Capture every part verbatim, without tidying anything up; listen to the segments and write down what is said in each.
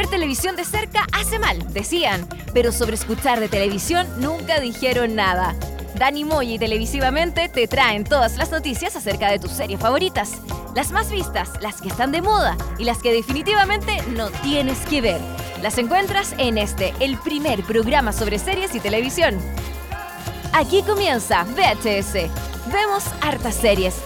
ver televisión de cerca hace mal, decían, pero sobre escuchar de televisión nunca dijeron nada. Dani Moy y Televisivamente te traen todas las noticias acerca de tus series favoritas. Las más vistas, las que están de moda y las que definitivamente no tienes que ver. Las encuentras en este, el primer programa sobre series y televisión. Aquí comienza V H S. Vemos hartas series.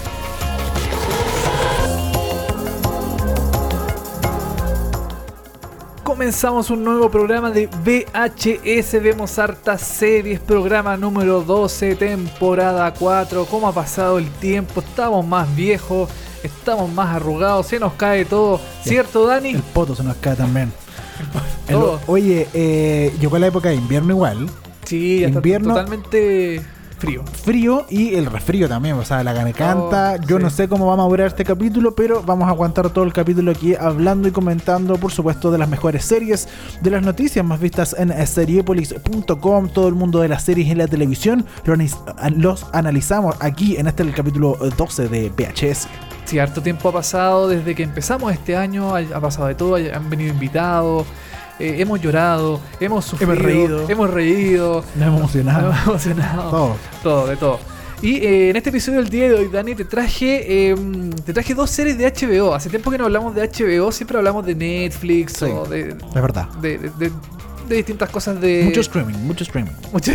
Comenzamos un nuevo programa de V H S, vemos hartas series, programa número doce, temporada cuatro. ¿Cómo ha pasado el tiempo? Estamos más viejos, estamos más arrugados, se nos cae todo, ¿cierto, Dani? El poto se nos cae también. El, Todo. oye, eh, llegó la época de invierno igual. Sí, ya invierno, está totalmente frío. Frío y el resfrío también, o sea, la gana canta. Oh, Yo sí. no sé cómo vamos a durar este capítulo, pero vamos a aguantar todo el capítulo aquí hablando y comentando, por supuesto, de las mejores series, de las noticias más vistas en seriepolis punto com, todo el mundo de las series y la televisión. Los, los analizamos aquí en este el capítulo doce de V H S. Sí, harto tiempo ha pasado desde que empezamos este año, ha, ha pasado de todo, han venido invitados, eh, hemos llorado, hemos sufrido, Hemos reído. hemos reído, Nos hemos emocionado. nos hemos emocionado, Todo. todo, de todo. Y eh, en este episodio del día de hoy, Dani, te traje eh, te traje dos series de H B O. Hace tiempo que no hablamos de H B O, siempre hablamos de Netflix Sí, o de, es verdad. de, de, de, de distintas cosas de... Mucho streaming, mucho streaming. Mucho-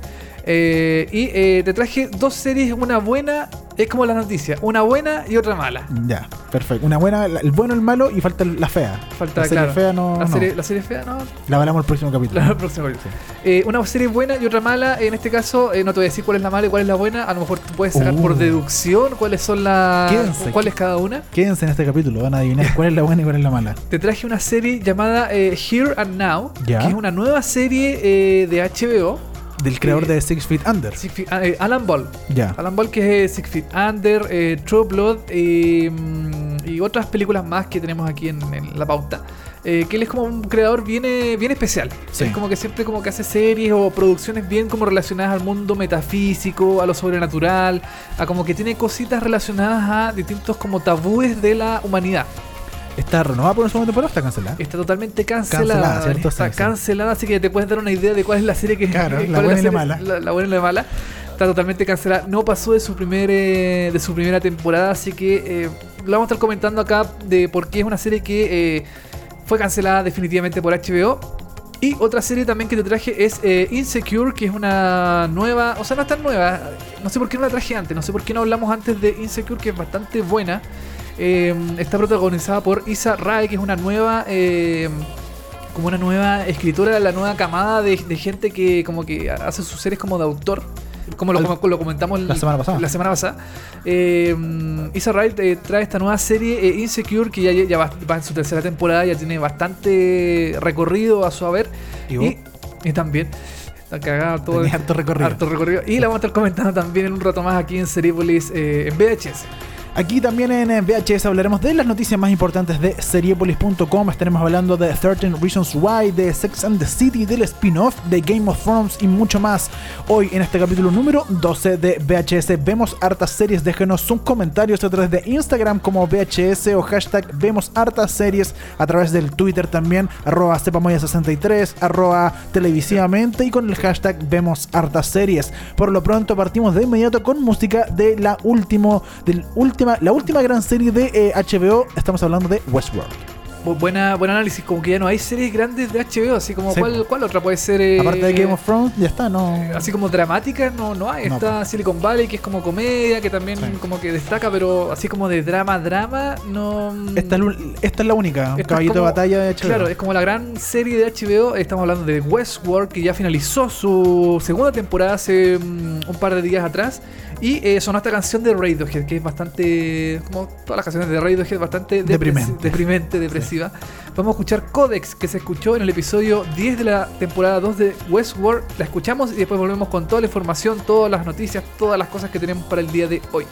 eh, y eh, te traje dos series, una buena, es como la noticia, una buena y otra mala. Ya, perfecto. Una buena, el bueno, el malo y falta la fea. Falta, la serie claro, fea no, la, no. serie, la serie fea, no. La hablamos el próximo capítulo. La próxima vez. Eh, una serie buena y otra mala. En este caso, eh, no te voy a decir cuál es la mala y cuál es la buena. A lo mejor tú puedes sacar Uh. por deducción cuáles son las. Quédense. cuál es cada una. Quédense en este capítulo, van a adivinar cuál es la buena y cuál es la mala. Te traje una serie llamada eh, Here and Now, Ya. que es una nueva serie eh, de H B O. Del creador Eh, de Six Feet Under. Six Feet- eh, Alan Ball. Ya. Alan Ball, que es Six Feet Under, eh, True Blood eh, mm, y otras películas más que tenemos aquí en, en la pauta. Eh, que él es como un creador bien, eh, bien especial. Sí. Es como que siempre como que hace series o producciones bien como relacionadas al mundo metafísico, a lo sobrenatural, a como que tiene cositas relacionadas a distintos como tabúes de la humanidad. ¿Está renovada por un segundo temporada o está cancelada? Está totalmente cancelada. Cancelada, ¿cierto? Está Sí, sí. cancelada, así que te puedes dar una idea de cuál es la serie que Claro, cuál la es buena y la serie- mala. La, la buena y la mala. Está totalmente cancelada. No pasó de su primer eh, de su primera temporada, así que eh, lo vamos a estar comentando acá de por qué es una serie que eh, fue cancelada definitivamente por H B O. Y otra serie también que te traje es eh, Insecure, que es una nueva, o sea, no es tan nueva. No sé por qué no la traje antes, no sé por qué no hablamos antes de Insecure, que es bastante buena. Eh, está protagonizada por Issa Rae, que es una nueva eh, como una nueva escritora, la nueva camada de, de gente que como que hace sus series como de autor, como lo, como lo comentamos La semana pasada. la semana pasada. Eh, Issa Rae eh, trae esta nueva serie eh, Insecure, que ya, ya va, va en su tercera temporada, ya tiene bastante recorrido a su haber. ¿Y vos? Y, y también está cagado todo. Tenía harto recorrido. harto recorrido. Y la vamos a estar comentando también en un rato más aquí en Seriepolis eh, en V H S. Aquí también en V H S hablaremos de las noticias más importantes de seriepolis punto com. Estaremos hablando de trece Reasons Why, de Sex and the City, del spin-off de Game of Thrones y mucho más. Hoy en este capítulo número doce de V H S vemos hartas series. Déjenos sus comentarios a través de Instagram como V H S o hashtag vemos hartas series, a través del Twitter también, arroba cepamoya sesenta y tres, arroba televisivamente y con el hashtag vemos hartas series. Por lo pronto partimos de inmediato con música de la último, del último La última gran serie de eh, H B O. Estamos hablando de Westworld. Bu- Buena, buen análisis, como que ya no hay series grandes de H B O, así como Sí. ¿cuál, cuál otra puede ser? eh, Aparte de Game of Thrones, ya está, ¿no? Así como dramática, no, no hay. No, Está pues. Silicon Valley, que es como comedia, que también Sí. como que destaca, pero así como de drama, drama, no... Esta, es la- esta es la única, Esta es caballito como- de batalla de H B O. Claro, es como la gran serie de H B O. Estamos hablando de Westworld, que ya finalizó su segunda temporada hace mm, un par de días atrás. Y eh, sonó esta canción de Radiohead, que es bastante, como todas las canciones de Radiohead, bastante depresi- Deprimente. deprimente, depresiva. Vamos a escuchar Codex, que se escuchó en el episodio diez de la temporada dos de Westworld. La escuchamos y después volvemos con toda la información, todas las noticias, todas las cosas que tenemos para el día de hoy.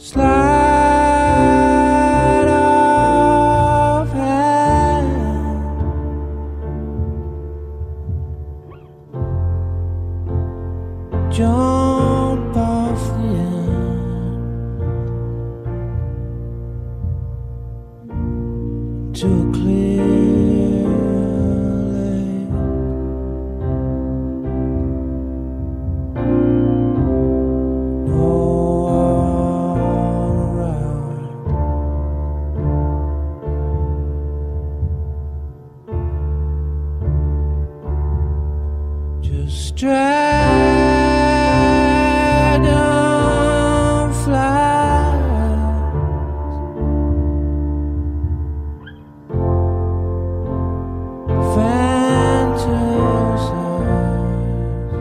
Slide of hand, jump off the end to a clear lake. No one around. Just dragonflies fantasize.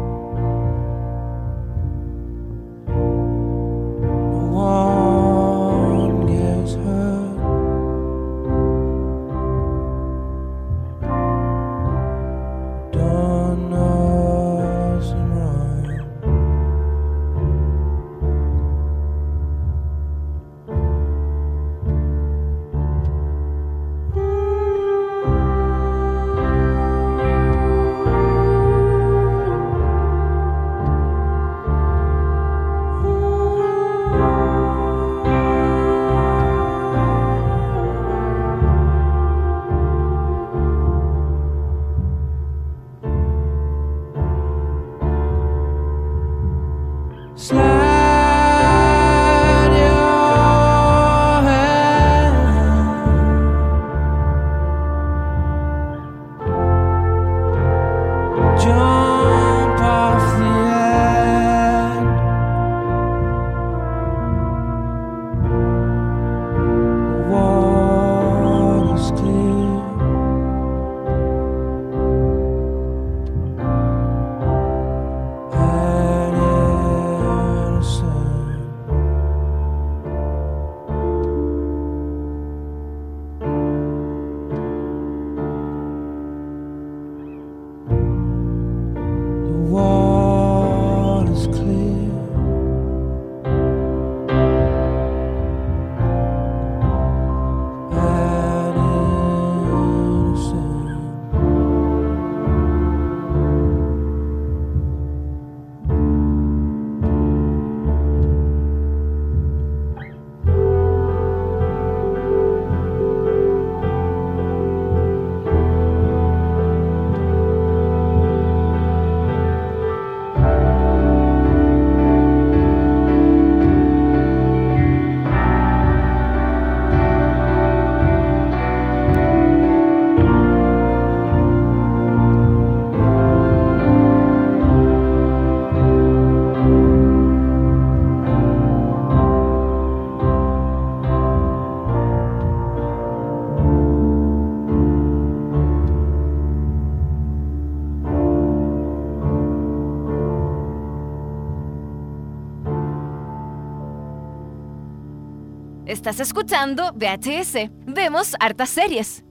No one gets hurt. Done nothing wrong. Slide your hand, jump off the end. The water's clear. And innocent. The water's clear. And innocent. Estás escuchando V H S. Vemos hartas series.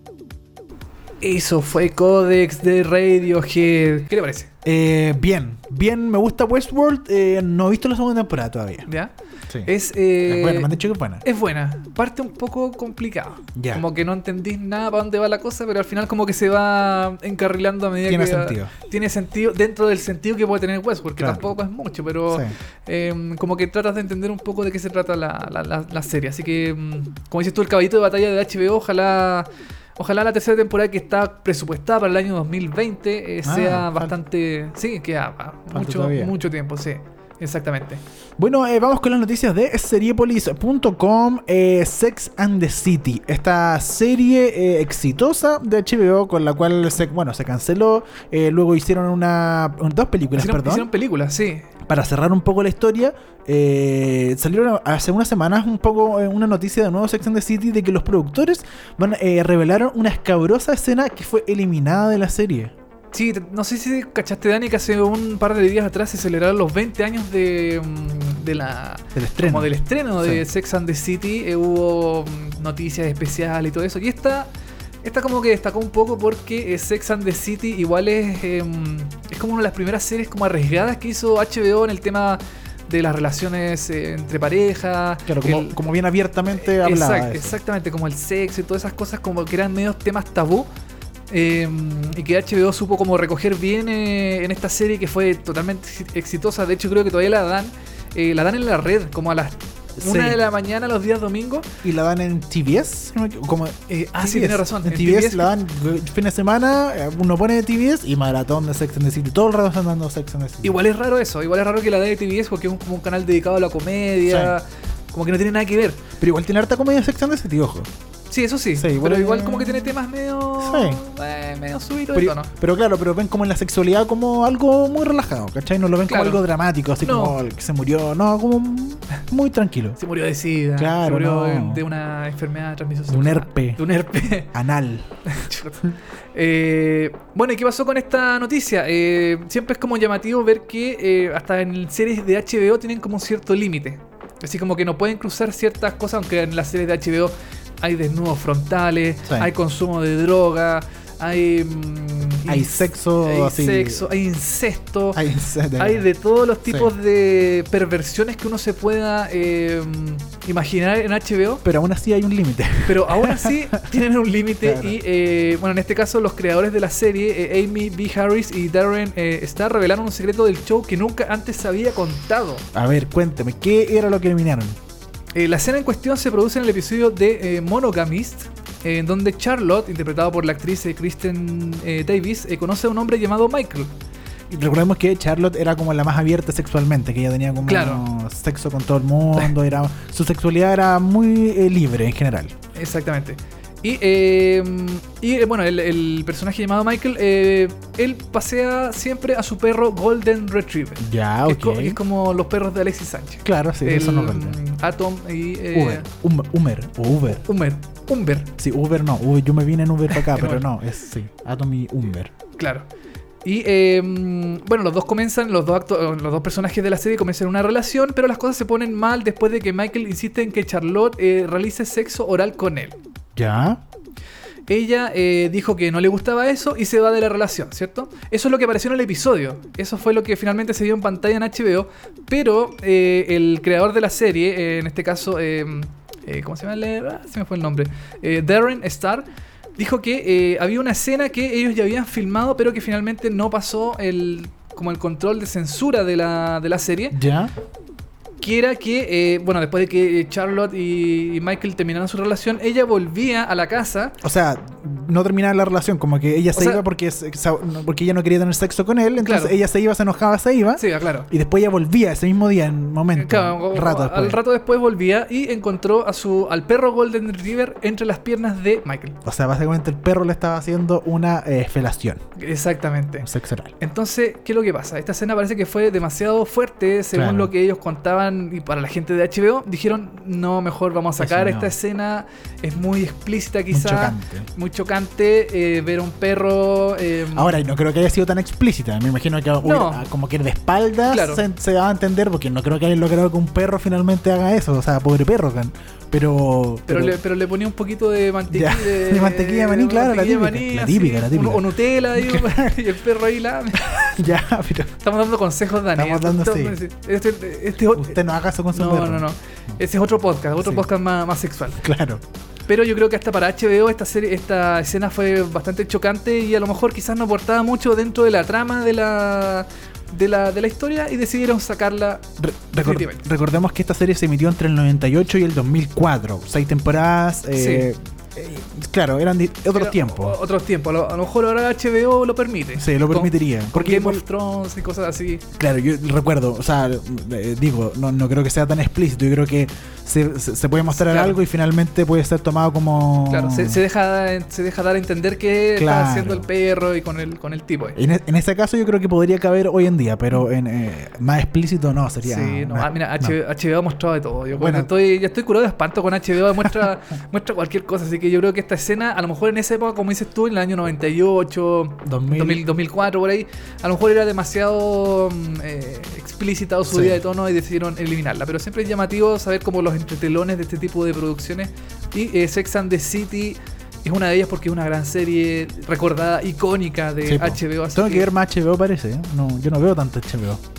Eso fue Codex de Radiohead. ¿Qué le parece? Eh, bien, bien, me gusta Westworld. Eh, no he visto la segunda temporada todavía. ¿Ya? Sí. Es, eh, Es buena, me han dicho que es buena. Es buena. Parte un poco complicado. Ya. Como que no entendís nada para dónde va la cosa, pero al final como que se va encarrilando a medida Tiene que... sentido. Tiene sentido dentro del sentido que puede tener Westworld, porque Claro. tampoco es mucho, pero Sí. eh, como que tratas de entender un poco de qué se trata la, la, la, la serie. Así que, mm, como dices tú, el caballito de batalla de H B O, ojalá... Ojalá la tercera temporada que está presupuestada para el año dos mil veinte eh, Ah, sea falta. bastante... Sí, queda ah, mucho, todavía. mucho tiempo, sí. Exactamente. Bueno, eh, vamos con las noticias de seriepolis punto com. eh, Sex and the City, esta serie eh, exitosa de H B O con la cual se, bueno, se canceló. eh, luego hicieron una dos películas, Hicieron, perdón. hicieron películas, sí. Para cerrar un poco la historia, eh, salieron hace unas semanas un poco eh, una noticia de nuevo Sex and the City de que los productores van, eh, revelaron una escabrosa escena que fue eliminada de la serie. Sí, te- no sé si cachaste, Dani, que hace un par de días atrás se celebraron los veinte años de, mm, de la... Del estreno. Como del estreno de Sí. Sex and the City. eh, hubo mm, noticias especiales y todo eso. Y esta, esta como que destacó un poco porque eh, Sex and the City igual es, eh, es como una de las primeras series como arriesgadas que hizo H B O en el tema de las relaciones eh, entre parejas. Claro, como, el- como bien abiertamente eh, hablaba. exact- de eso. exactamente, como el sexo y todas esas cosas como que eran medios temas tabú. Eh, y que H B O supo como recoger bien eh, en esta serie que fue totalmente exi- exitosa. De hecho creo que todavía la dan eh, la dan en la red como a las Sí. una de la mañana los días domingos. Y la dan en T V S. ¿no? Como, Eh, ah, T V S. sí, tiene razón. En en T V S, T V S la dan eh, fin de semana, eh, uno pone T V S y maratón de Sex and the City. Todo el rato están dando Sex and the City. Igual es raro eso, igual es raro que la dé T V S porque es un, como un canal dedicado a la comedia, como que no tiene nada que ver. Pero igual tiene harta comedia Sex and the City, ojo. Sí, eso sí, Sí, igual pero es- igual como que tiene temas medio Sí. eh, medio subidos de Pero, tono. pero claro, pero ven como en la sexualidad como algo muy relajado, ¿cachai? No lo ven Claro. como algo dramático, así No. como el que se murió, no, como muy tranquilo. Se murió de sida, Claro, se murió no. de, de una enfermedad de transmisión De un sexual. herpe. De un herpe. Anal. Chuta. Eh, bueno, ¿y qué pasó con esta noticia? Eh, siempre es como llamativo ver que eh, hasta en series de H B O tienen como un cierto límite. Así como que no pueden cruzar ciertas cosas, aunque en las series de H B O hay desnudos frontales, Sí. hay consumo de droga, hay... mm, Hay ins- sexo, hay así. sexo, hay incesto. Hay, Hay de todos los tipos Sí. de perversiones que uno se pueda eh, imaginar en H B O. Pero aún así hay un límite. Pero aún así tienen un límite Claro. y, eh, bueno, en este caso los creadores de la serie, eh, Amy B. Harris y Darren eh, Star, revelaron un secreto del show que nunca antes se había contado. A ver, cuéntame, ¿qué era lo que eliminaron? Eh, la escena en cuestión se produce en el episodio de eh, Monogamist, eh, en donde Charlotte, interpretada por la actriz eh, Kristen eh, Davis, eh, conoce a un hombre llamado Michael. Y recordemos que Charlotte era como la más abierta sexualmente, que ella tenía como Claro. sexo con todo el mundo, era, su sexualidad era muy eh, libre en general. Exactamente. Y, eh, y eh, bueno, el, el personaje llamado Michael, eh, él pasea siempre a su perro Golden Retriever. Ya, Que ok. es, co- que es como los perros de Alexis Sánchez. Claro, sí, el, eso no cuenta. mm, Atom y... eh, Uber, Um- Uber, o Uber. Humber. Humber, Sí, Uber no, Uber, yo me vine en Uber para acá, En pero Uber. no, es sí, Atom y Uber. claro. Y eh, bueno, los dos comienzan, los dos, acto- los dos personajes de la serie comienzan una relación, pero las cosas se ponen mal después de que Michael insiste en que Charlotte eh, realice sexo oral con él. ¿Ya? Ella eh, dijo que no le gustaba eso y se va de la relación, ¿cierto? Eso es lo que apareció en el episodio. Eso fue lo que finalmente se vio en pantalla en H B O. Pero eh, el creador de la serie, eh, en este caso, eh, eh, ¿cómo se llama? el- ah, se me fue el nombre. Eh, Darren Star, dijo que eh, había una escena que ellos ya habían filmado, pero que finalmente no pasó el, como el control de censura de la, de la serie. ¿Ya? Que era que, eh, bueno, después de que Charlotte y y Michael terminaron su relación, ella volvía a la casa. O sea, no terminaba la relación, como que ella se sea- iba porque, se- sa- no, porque ella no quería tener sexo con él, entonces Claro. ella se iba, se enojaba, se iba, Sí, claro. y después ella volvía ese mismo día, en un momento, Claro, rato después. al rato después volvía y encontró a su al perro Golden Retriever entre las piernas de Michael. O sea, básicamente el perro le estaba haciendo una eh, felación, Exactamente. un sexo oral. Entonces, ¿qué es lo que pasa? Esta escena parece que fue demasiado fuerte, según Claro. lo que ellos contaban, y para la gente de H B O, dijeron, no, mejor vamos a Eso sacar no. esta escena, es muy explícita Muy quizá, chocante. muy chocante, eh, ver a un perro... eh, Ahora, no creo que haya sido tan explícita. Me imagino que hubiera- como que de espaldas Claro. se, se va a entender, porque no creo que hayan logrado que un perro finalmente haga eso. O sea, pobre perro. can- Pero. Pero, le, pero le ponía un poquito de mantequilla. Ya, de mantequilla de maní, claro, la mantequilla de típica, maní, la así, típica, la típica. O, o Nutella, digo, y el perro ahí la... ya, pero. Estamos dando consejos, Dani. Estamos dando, Esto- sí. Este, este, es ot- Usted no haga eso con su no, perro. no, no. Ese es otro podcast, otro Sí. podcast más, más sexual. Claro. Pero yo creo que hasta para H B O esta serie, esta escena fue bastante chocante y a lo mejor quizás no aportaba mucho dentro de la trama de la de la, de la historia y decidieron sacarla. Re- recor- Definitivamente. recordemos que esta serie se emitió entre el noventa y ocho y el dos mil cuatro. Seis temporadas. eh, eh, claro, eran di- otros Era tiempos. o- Otros tiempos. A lo, a lo mejor ahora H B O lo permite. Sí, lo Con- permitiría. Con Porque Game por- of Thrones y cosas así. Claro, yo recuerdo, o sea, eh, digo, no, no creo que sea tan explícito. Yo creo que se, se- se puede mostrar Claro. algo y finalmente puede ser tomado como. Claro, se, se deja, se deja dar a entender que Claro. está haciendo el perro y con el, con el tipo. ahí. En, e- en ese caso yo creo que podría caber hoy en día, pero en eh, más explícito no, sería. Sí, no, ah, mira, no. H- H B O ha mostrado de todo. Yo Bueno. bueno, estoy, ya estoy curado de espanto con H B O, muestra, muestra cualquier cosa. Así que yo creo que esta escena, a lo mejor en esa época, como dices tú, en el año noventa y ocho, dos mil. dos mil, dos mil cuatro, por ahí, a lo mejor era demasiado mm, eh, explícita o subida Sí. de tono y decidieron eliminarla. Pero siempre es llamativo saber como los entretelones de este tipo de producciones. Y eh, Sex and the City es una de ellas porque es una gran serie recordada, icónica de Sí, po. H B O. así Tengo que ver más H B O, parece. ¿eh? No, yo no veo tanto H B O.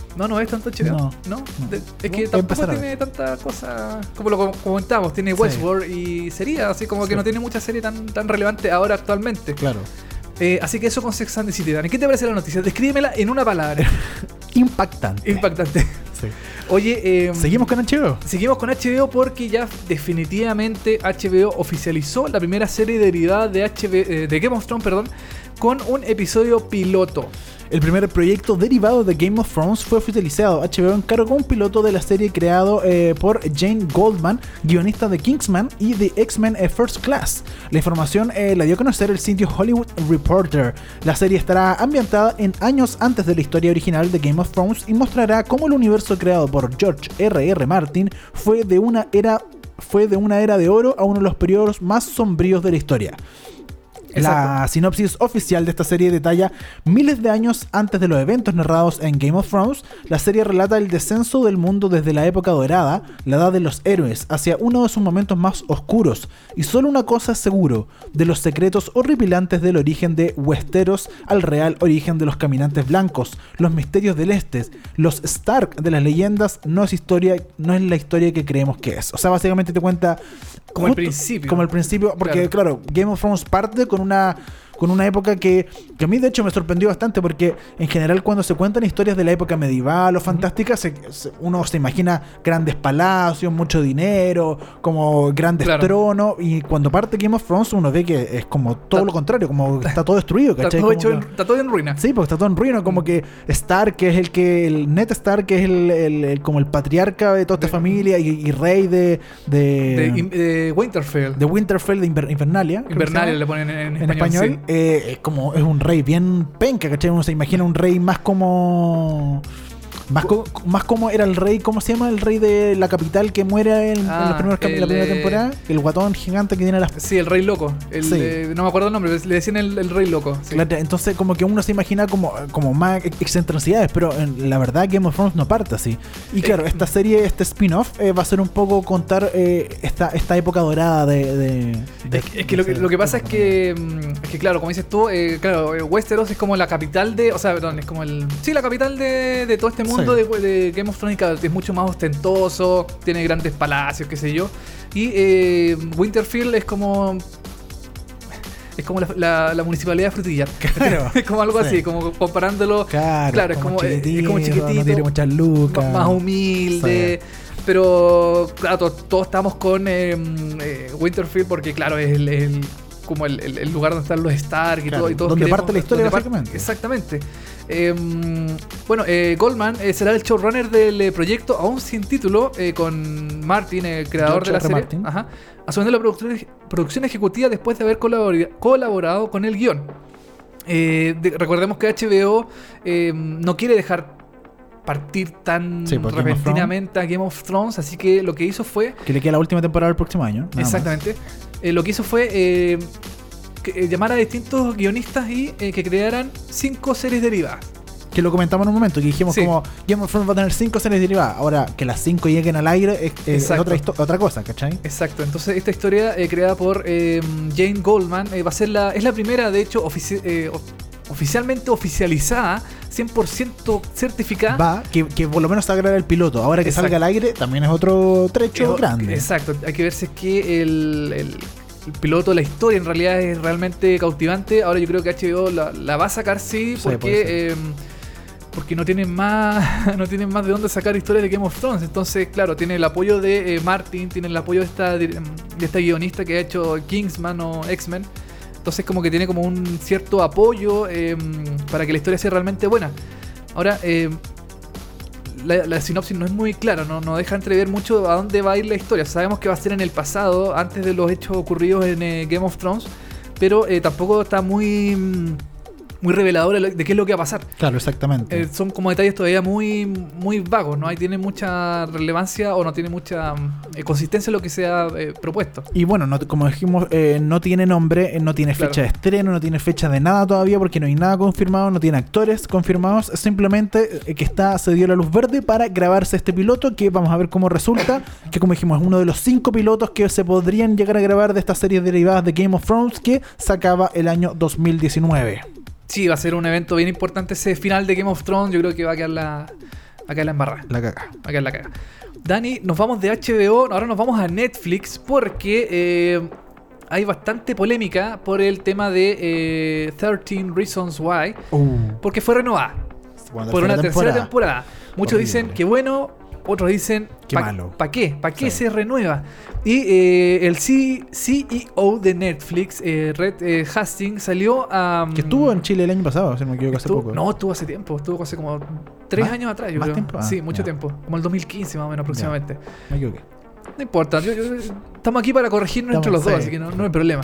No, no es tanto H B O. No, No, no. De- es Voy que a tampoco empezar a tiene tanta cosa. Como lo com- comentamos, tiene Sí. Westworld y sería así como Sí. que no tiene mucha serie tan, tan relevante ahora actualmente. Claro. Eh, así que eso con Sex and the City, Dani. ¿Qué te parece la noticia? Descríbemela en una palabra. Impactante. Impactante. Sí. Oye, eh, Seguimos con H B O. seguimos con H B O porque ya definitivamente H B O oficializó la primera serie derivada de, H B, eh, de Game of Thrones, perdón, con un episodio piloto. El primer proyecto derivado de Game of Thrones fue oficializado. H B O encargó un piloto de la serie creado eh, por Jane Goldman, guionista de Kingsman y de X-Men eh, First Class. La información eh, la dio a conocer el sitio Hollywood Reporter. La serie estará ambientada en años antes de la historia original de Game of Thrones y mostrará cómo el universo creado por George R R. Martin fue de una era, fue de una era de oro a uno de los periodos más sombríos de la historia. La sinopsis oficial de esta serie detalla miles de años antes de los eventos narrados en Game of Thrones. La serie relata el descenso del mundo desde la época dorada, la edad de los héroes, hacia uno de sus momentos más oscuros. Y solo una cosa es seguro: de los secretos horripilantes del origen de Westeros al real origen de los caminantes blancos, los misterios del este, los Stark de las leyendas. No es historia, no es la historia que creemos que es. O sea, básicamente te cuenta Como el justo- principio. Como el principio, porque claro, Game of Thrones parte con una con una época que, que a mí de hecho me sorprendió bastante, porque en general cuando se cuentan historias de la época medieval o fantástica, se- se- uno se imagina grandes palacios, mucho dinero, como grandes Claro. tronos, y cuando parte Game of Thrones uno ve que es como todo Está- lo contrario, como que está todo destruido, Está ¿cachai? todo, Como hecho en, que- está todo en ruina. Sí, porque está todo en ruina, como que Stark, que es el que, el Ned Stark, que es el, el- el- como el patriarca de toda esta De- familia y, y rey de de, De, in- de Winterfell. de Winterfell, de Inver- Invernalia. creo que se Invernalia llama. le ponen en, En español, eh, es como es un rey bien penca, ¿cachai? Uno se imagina un rey más como más, co- más como era el rey, ¿cómo se llama? El rey de la capital que muere en, en Ah, los primeros cap- el, la primera eh, temporada, el guatón gigante que tiene las. Sí, el Rey Loco. El, Sí. eh, no me acuerdo el nombre, pero le decían el, el Rey Loco. Sí. Claro, entonces como que uno se imagina como, como más ex- excentricidades, pero en la verdad Game of Thrones no parte así. Y claro, esta serie, este spin-off eh, va a ser un poco contar eh, esta, esta época dorada de... de- de- Es, que- es que lo que, lo que pasa es que, mm, es que, claro, como dices tú, eh, claro, eh, Westeros es como la capital de, o sea, perdón, es como el, sí, la capital de, de todo este mundo Sí. de, de Game of Thrones, que es mucho más ostentoso, tiene grandes palacios, qué sé yo, y eh, Winterfell es como, es como la, la, la municipalidad de Frutillar, Claro. es como algo Sí. así, como comparándolo, Claro, claro, es como, eh, es como chiquitito, no tiene muchas lucas. más, más humilde. Pero claro, to- todos estamos con eh, eh, Winterfell porque claro, es el, el- como el, el- el lugar donde están los Stark y Claro, todo. Y todos donde queremos- parte la historia, donde par- básicamente. Exactamente. Eh, bueno, eh, Goldman eh, será el showrunner del eh, proyecto, aún sin título, eh, con Martin, el creador George de la R. serie. Martin. Ajá, asumiendo la producción, producción ejecutiva después de haber colabor- colaborado con el guión. Eh, de- recordemos que H B O eh, no quiere dejar partir tan Sí, por Game of repentinamente a Game of Thrones, así que lo que hizo fue, Que le queda la última temporada el próximo año. nada más. exactamente, eh, lo que hizo fue eh, que- eh, llamar a distintos guionistas y eh, que crearan cinco series derivadas. Que lo comentamos en un momento, que dijimos Sí. como Game of Thrones va a tener cinco series derivadas. Ahora, que las cinco lleguen al aire es, es- es Exacto. otra, histo- otra cosa, ¿cachai? Exacto, entonces esta historia eh, creada por eh, Jane Goldman eh, va a ser la, es la primera, de hecho, ofici- eh, o- oficialmente oficializada, cien por ciento certificada. Va, que, que por lo menos salga el piloto. Ahora que Exacto. salga al aire, también es otro trecho Eh, grande. Exacto, hay que ver si es que el, el- el piloto, la historia en realidad es realmente cautivante. Ahora yo creo que H B O la, la va a sacar sí, Sí, puede porque ser. eh, porque no tienen más no tienen más de dónde sacar historias de Game of Thrones. Entonces, claro, tiene el apoyo de eh, Martin, tiene el apoyo de esta, de esta guionista que ha hecho Kingsman o X-Men. Entonces como que tiene como un cierto apoyo eh, para que la historia sea realmente buena. Ahora, eh, la, la sinopsis no es muy clara, no, no deja entrever mucho a dónde va a ir la historia. Sabemos que va a ser en el pasado, antes de los hechos ocurridos en eh, Game of Thrones, pero eh, tampoco está muy, mm, muy revelador de lo- de qué es lo que va a pasar. Claro, exactamente. Eh, son como detalles todavía muy, muy vagos, no hay tiene mucha relevancia o no tiene mucha mm, eh, consistencia en lo que se ha eh, propuesto. Y bueno, no- como dijimos, eh, no tiene nombre, eh, no tiene Claro. fecha de estreno, no tiene fecha de nada todavía porque no hay nada confirmado, no tiene actores confirmados. Simplemente eh, que está, se dio la luz verde para grabarse este piloto, que vamos a ver cómo resulta. Que como dijimos, es uno de los cinco pilotos que se podrían llegar a grabar de estas series derivadas de Game of Thrones que se acaba el año dos mil diecinueve. Sí, va a ser un evento bien importante ese final de Game of Thrones. Yo creo que va a quedar la, acá en la embarrada. La caga. Acá en la caga. Dani, nos vamos de H B O, ahora nos vamos a Netflix porque eh, hay bastante polémica por el tema de eh, trece Reasons Why, Uh, porque fue renovada bueno, por una tercera tercera temporada. Muchos Horrible. dicen que bueno, otros dicen Qué pa- malo. ¿Para qué? ¿Para qué Sí. se renueva? Y eh, el C- CEO de Netflix, eh, Red eh, Hastings, salió a... Que estuvo en Chile el año pasado, si no me equivoco, hace Estuvo- poco. No, estuvo hace tiempo, estuvo hace como tres ¿Más? años atrás, yo ¿Más creo. tiempo? Ah, sí, mucho ya. tiempo. Como el dos mil quince más o menos aproximadamente. Me equivoqué. No importa, yo- yo- estamos aquí para corregirnos entre los Estamos- dos, sí. así que no, no hay problema.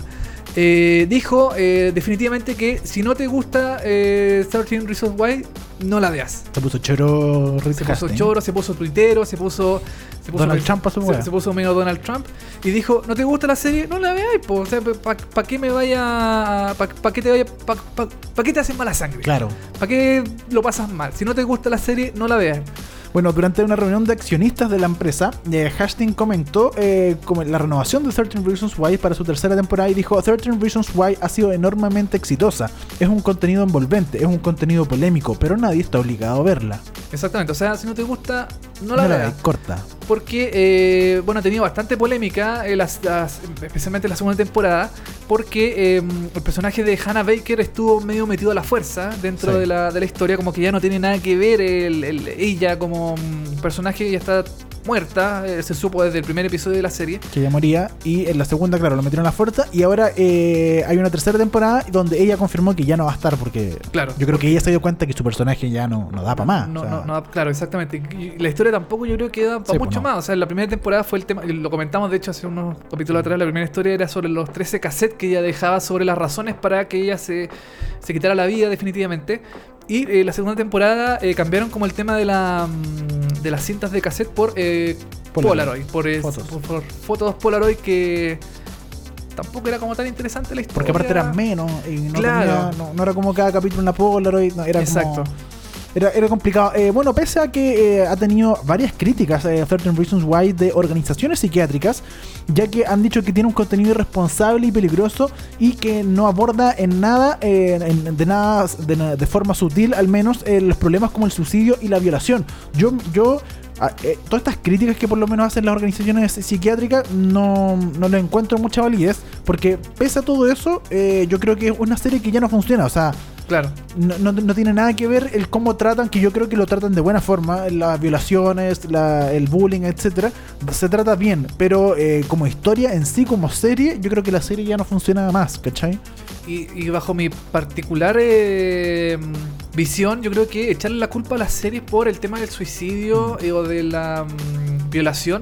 Eh, dijo eh, definitivamente que si no te gusta eh, trece Reasons Why, no la veas. Se puso choro Rick Se puso Hastings. choro, se puso tuitero, se puso... Se puso Donald Trump a su se, wea. se puso medio Donald Trump y dijo, ¿no te gusta la serie? No la veáis, po. O sea, ¿para pa qué me vaya... ¿Para pa qué te vaya... ¿Para pa, pa qué te hacen mala sangre? Claro. ¿Para qué lo pasas mal? Si no te gusta la serie, no la veas. Bueno, durante una reunión de accionistas de la empresa, eh, Hastings comentó eh, como la renovación de trece Reasons Why para su tercera temporada y dijo: trece Reasons Why ha sido enormemente exitosa. Es un contenido envolvente, es un contenido polémico, pero nadie está obligado a verla. Exactamente, o sea, si no te gusta, no la veas. veas, corta. Porque, eh, bueno, ha tenido bastante polémica, eh, las, las- especialmente la segunda temporada, porque eh, el personaje de Hannah Baker estuvo medio metido a la fuerza dentro Sí. de, la, de la historia, como que ya no tiene nada que ver el- el- ella como mm, personaje, ya está muerta, eh, se supo desde el primer episodio de la serie. Que ella moría. Y en la segunda, claro, lo metieron a la fuerza. Y ahora eh, hay una tercera temporada donde ella confirmó que ya no va a estar. Porque Claro. yo creo que ella se dio cuenta que su personaje ya no, no da para más. No, o sea, no, no, claro, exactamente. Y la historia tampoco yo creo que da para Sí, pues mucho no. más. O sea, en la primera temporada fue el tema, lo comentamos de hecho hace unos capítulos atrás, la primera historia era sobre los trece cassettes que ella dejaba sobre las razones para que ella se, se quitara la vida definitivamente. Y eh, la segunda temporada eh, cambiaron como el tema de, la, mm, de las cintas de cassette por eh, Polaroid. Polaroid, por, eh, Fotos. por- por fotos Polaroid que tampoco era como tan interesante la historia. Porque aparte era menos. Y no, Claro. tenía- no, no era como cada capítulo una Polaroid. No, era Exacto. como. Era, era complicado. Eh, bueno, pese a que eh, ha tenido varias críticas eh, trece Reasons Why de organizaciones psiquiátricas, ya que han dicho que tiene un contenido irresponsable y peligroso y que no aborda en nada, eh, en- de nada, de, na- de forma sutil al menos, eh, los problemas como el suicidio y la violación. Yo, yo ah, eh, todas estas críticas que por lo menos hacen las organizaciones psiquiátricas no, no le encuentro mucha validez, porque pese a todo eso, eh, yo creo que es una serie que ya no funciona. O sea, Claro. no, no, no tiene nada que ver el cómo tratan, que yo creo que lo tratan de buena forma, las violaciones, la, el bullying, etcétera, se trata bien, pero eh, como historia en sí, como serie, yo creo que la serie ya no funciona más, ¿cachai? Y, y bajo mi particular eh, visión, yo creo que echarle la culpa a las series por el tema del suicidio eh, o de la mm, violación.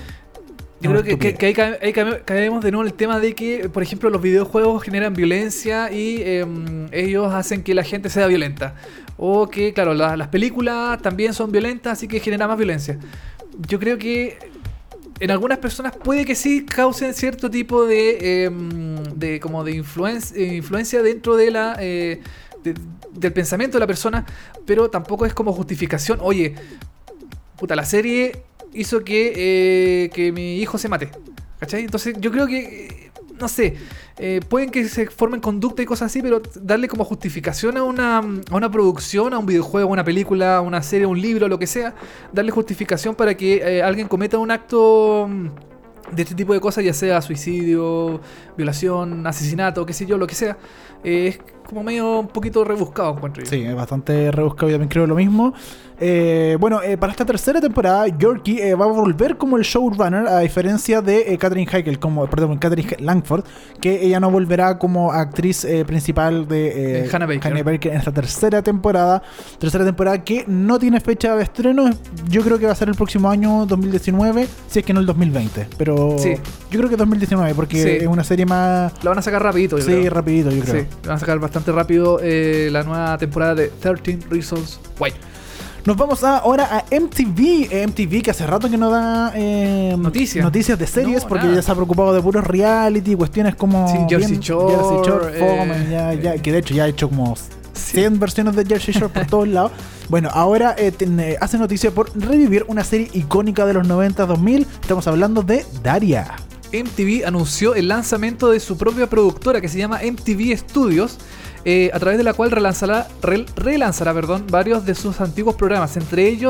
Yo Una creo que, que- que ahí, cae- ahí cae- caemos de nuevo en el tema de que, por ejemplo, los videojuegos generan violencia y eh, ellos hacen que la gente sea violenta. O que, claro, la- las películas también son violentas, así que genera más violencia. Yo creo que en algunas personas puede que sí causen cierto tipo de, eh, de como de influen- eh, influencia dentro de la eh, de- del pensamiento de la persona, pero tampoco es como justificación. Oye, puta, la serie hizo que, eh, que mi hijo se mate, ¿cachai? Entonces yo creo que, eh, no sé, eh, pueden que se formen conducta y cosas así, pero darle como justificación a una, a una producción, a un videojuego, a una película, a una serie, a un libro, lo que sea, darle justificación para que eh, alguien cometa un acto mm, de este tipo de cosas, ya sea suicidio, violación, asesinato, qué sé yo, lo que sea, eh, es como medio un poquito rebuscado, encuentro yo. Sí, es bastante rebuscado, yo también creo lo mismo. Eh, bueno, eh, para esta tercera temporada, Yorkie eh, va a volver como el showrunner, a diferencia de eh, Catherine Heigl, como, perdón, Catherine Langford, que ella no volverá como actriz eh, principal de eh, Hannah Baker. en esta tercera temporada. Tercera temporada que no tiene fecha de estreno, yo creo que va a ser el próximo año dos mil diecinueve, si es que no el dos mil veinte, pero Sí. yo creo que dos mil diecinueve, porque Sí. es una serie más... La van a sacar rapidito, yo Sí, creo. rapidito, yo creo. Sí, van a sacar bastante rápido eh, la nueva temporada de trece Reasons Why. Nos vamos a- ahora a M T V. eh, M T V que hace rato que no da eh, Noticias. noticias de series, No, porque nada. ya se ha preocupado de puros reality, cuestiones como Sí, Jersey bien- Shore, Jersey Shore, fome, eh, ya- ya- eh. que de hecho ya ha hecho como Sí. cien versiones de Jersey Shore por todos lados. Bueno, ahora eh, ten- eh, hace noticia por revivir una serie icónica de los noventa dos mil. Estamos hablando de Daria. M T V anunció el lanzamiento de su propia productora que se llama M T V Studios, eh, a través de la cual relanzará, rel- relanzará perdón, varios de sus antiguos programas, entre ellos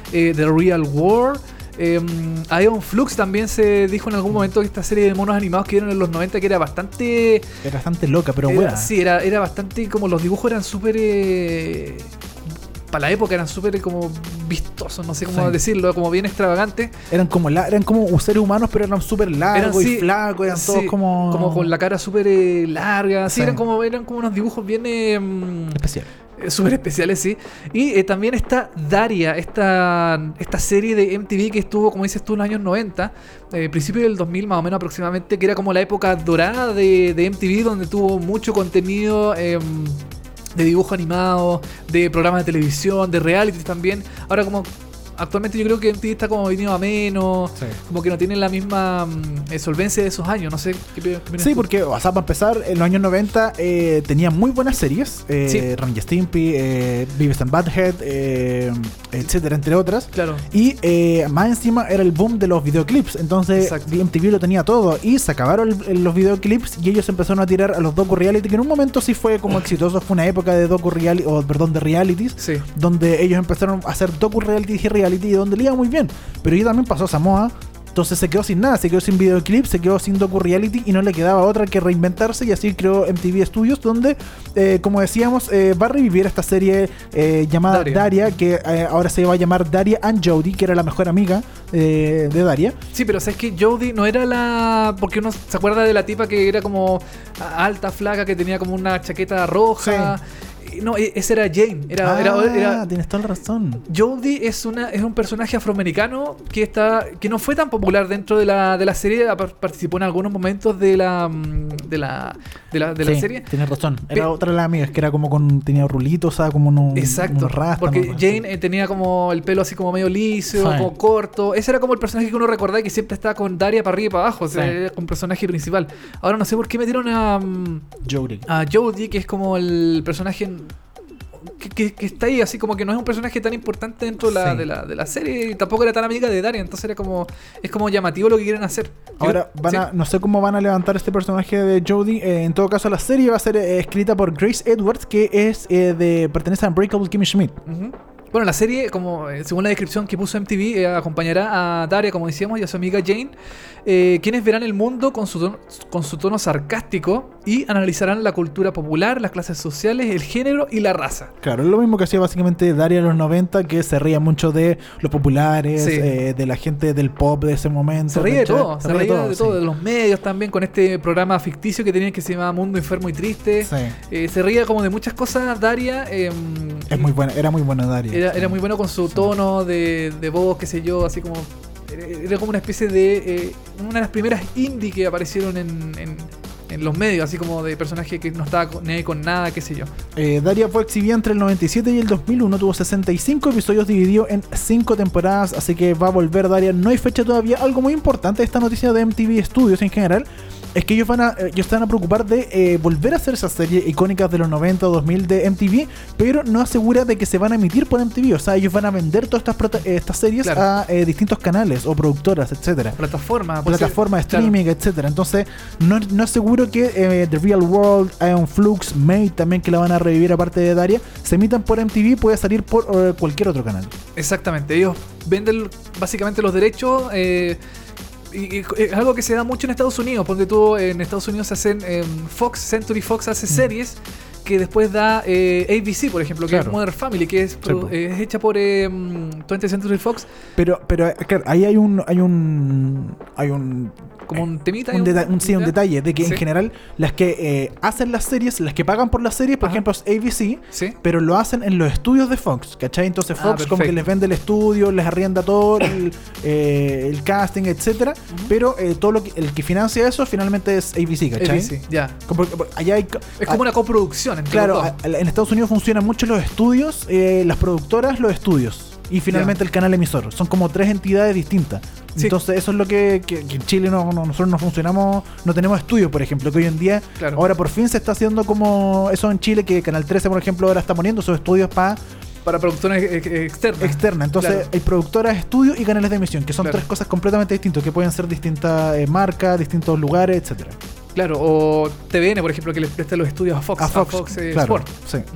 eh, The Real World. Eh, Aeon Flux también se dijo en algún momento que esta serie de monos animados que dieron en los noventa que era bastante... Era bastante loca, pero era, buena. Sí, era, era bastante... Como los dibujos eran súper... Eh, para la época eran súper como vistosos, no sé cómo Sí. decirlo, como bien extravagantes. Eran como, la, eran como seres humanos, pero eran súper largos Eran, y sí, flacos, eran sí, todos como... Como con la cara súper eh, larga. Sí, Sí. eran como, eran como unos dibujos bien... Eh, mm, especial. Eh, súper especiales, sí. Y eh, también está Daria, esta, esta serie de M T V que estuvo, como dices tú, en los años noventa, eh, principio del dos mil más o menos aproximadamente, que era como la época dorada de, de M T V, donde tuvo mucho contenido eh, de dibujo animado, de programas de televisión, de reality también. Ahora como... Actualmente yo creo que M T V está como venido a menos, Sí. como que no tiene la misma mm, eh, solvencia de esos años, no sé qué, qué opinas Sí, tú? porque, o sea, para empezar, en los años noventa eh, tenía muy buenas series. Eh, Sí. Ren y Stimpy, eh, Beavis and Butthead, eh, etcétera, entre otras. Claro. Y eh, más encima era el boom de los videoclips. Entonces Exacto. M T V lo tenía todo. Y se acabaron el- los videoclips y ellos empezaron a tirar a los docu-reality, que en un momento sí fue como exitoso. Fue una época de docu-reality, o perdón, de realities. Sí. Donde ellos empezaron a hacer docu-reality y reality, y donde le iba muy bien. Pero ella también pasó a Samoa. Entonces se quedó sin nada, se quedó sin videoclip, se quedó sin docu-reality y no le quedaba otra que reinventarse, y así creó M T V Studios, donde, eh, como decíamos, eh, va a revivir esta serie eh, llamada Daria. Daria, que eh, ahora se va a llamar Daria and Jodie, que era la mejor amiga eh, de Daria. Sí, pero sabes que Jodie no era la... Porque uno se acuerda de la tipa que era como alta, flaca, que tenía como una chaqueta roja. Y No, e- esa era Jane. Era, ah, era, era- tienes toda la razón. Jodie es una es un personaje afroamericano que está que no fue tan popular dentro de la, de la serie. Par- Participó en algunos momentos de la mm, de la de la, de la Sí, serie. tienes razón. Era Pe- otra de las amigas que era como con. Tenía rulitos, o sea, como unos. Exacto, unos rastas, porque ¿no? Jane eh, tenía como el pelo así como medio liso, Sí. como corto. Ese era como el personaje que uno recordaba que siempre estaba con Daria para arriba y para abajo, o sea, Sí. era como un personaje principal. Ahora no sé por qué metieron a, mm, Jodie. a Jodie, que es como el personaje que, que- que está ahí, así como que no es un personaje tan importante dentro de la, Sí. de, la, de la serie, y tampoco era tan amiga de Daria, entonces era como es como llamativo lo que quieren hacer. Ahora, Yo- van sí. a, no sé cómo van a levantar este personaje de Jodie. Eh, en todo caso, la serie va a ser eh, escrita por Grace Edwards, que es eh, de pertenece a Unbreakable Kimmy Schmidt. Ujú. Bueno, la serie, como eh, según la descripción que puso M T V, eh, acompañará a Daria, como decíamos, y a su amiga Jane, eh, quienes verán el mundo con su, tono, con su tono sarcástico y analizarán la cultura popular, las clases sociales, el género y la raza. Claro, es lo mismo que hacía básicamente Daria en los noventa, que se reía mucho de los populares, Sí. eh, de la gente del pop de ese momento. Se reía de ¿cachai? todo, se reía de todo, sí. de los medios también, con este programa ficticio que tenían que se llamaba Mundo Enfermo y Triste. Sí. Eh, se reía como de muchas cosas, Daria. eh, Es muy buena, era muy buena Daria. Era, era muy bueno con su tono de, de voz, qué sé yo, así como... Era, era como una especie de... eh, una de las primeras indie que aparecieron en, en, en los medios, así como de personaje que no estaba con, ni ahí con nada, qué sé yo. Eh, Daria fue exhibida entre el noventa y siete y el dos mil uno, tuvo sesenta y cinco episodios divididos en cinco temporadas, así que va a volver Daria. No hay fecha todavía. Algo muy importante de esta noticia de M T V Studios en general es que ellos van a, eh, ellos están a preocupar de eh, volver a hacer esas series icónicas de los noventa o dos mil de M T V, pero no asegura de que se van a emitir por M T V. O sea, ellos van a vender todas estas, prota- eh, estas series Claro. a eh, distintos canales o productoras, etcétera. Plataforma. puede Plataforma de ser- claro. streaming, etcétera. Entonces, no, no es seguro que eh, The Real World, Aeon Flux, Made también, que la van a revivir aparte de Daria, se emitan por M T V, puede salir por eh, cualquier otro canal. Exactamente, ellos venden básicamente los derechos. Eh, y, y es algo que se da mucho en Estados Unidos, porque tú en Estados Unidos se hacen eh, Fox, Century Fox hace series que después da eh, A B C, por ejemplo, que Claro. es Modern Family, que es, produ- po. eh, es hecha por eh, twentieth Century Fox, Pero, pero eh, claro, ahí hay un, hay un, hay un, como un temita. un, y deta- un- sí, un ¿ya? detalle de que Sí. en general las que eh, hacen las series, las que pagan por las series, por Ajá. ejemplo, es A B C, Sí. pero lo hacen en los estudios de Fox, ¿cachai? Entonces Ah, Fox como que perfecto. les vende el estudio, les arrienda todo, el, eh, el casting, etcétera, pero eh, todo lo que, el que financia eso finalmente es A B C, ¿cachai? A B C, ya. Como- allá hay, Es como una coproducción entre claro, los dos. a- en Estados Unidos funcionan mucho los estudios, eh, las productoras, los estudios. Y finalmente el canal emisor. Son como tres entidades distintas. Sí. Entonces eso es lo que, que- que en Chile no, no- nosotros no funcionamos, no tenemos estudios, por ejemplo, que hoy en día, Claro. ahora por fin se está haciendo como eso en Chile, que Canal trece, por ejemplo, ahora está poniendo sus estudios para Para producciones eh, eh, externas. externa. Entonces Claro. hay productoras, estudios y canales de emisión, que son Claro. tres cosas completamente distintas, que pueden ser distintas eh, marcas, distintos lugares, etcétera. Claro, o T V N, por ejemplo, que les presta los estudios a Fox. A Fox, eh, claro, Sport. sí. Ujú.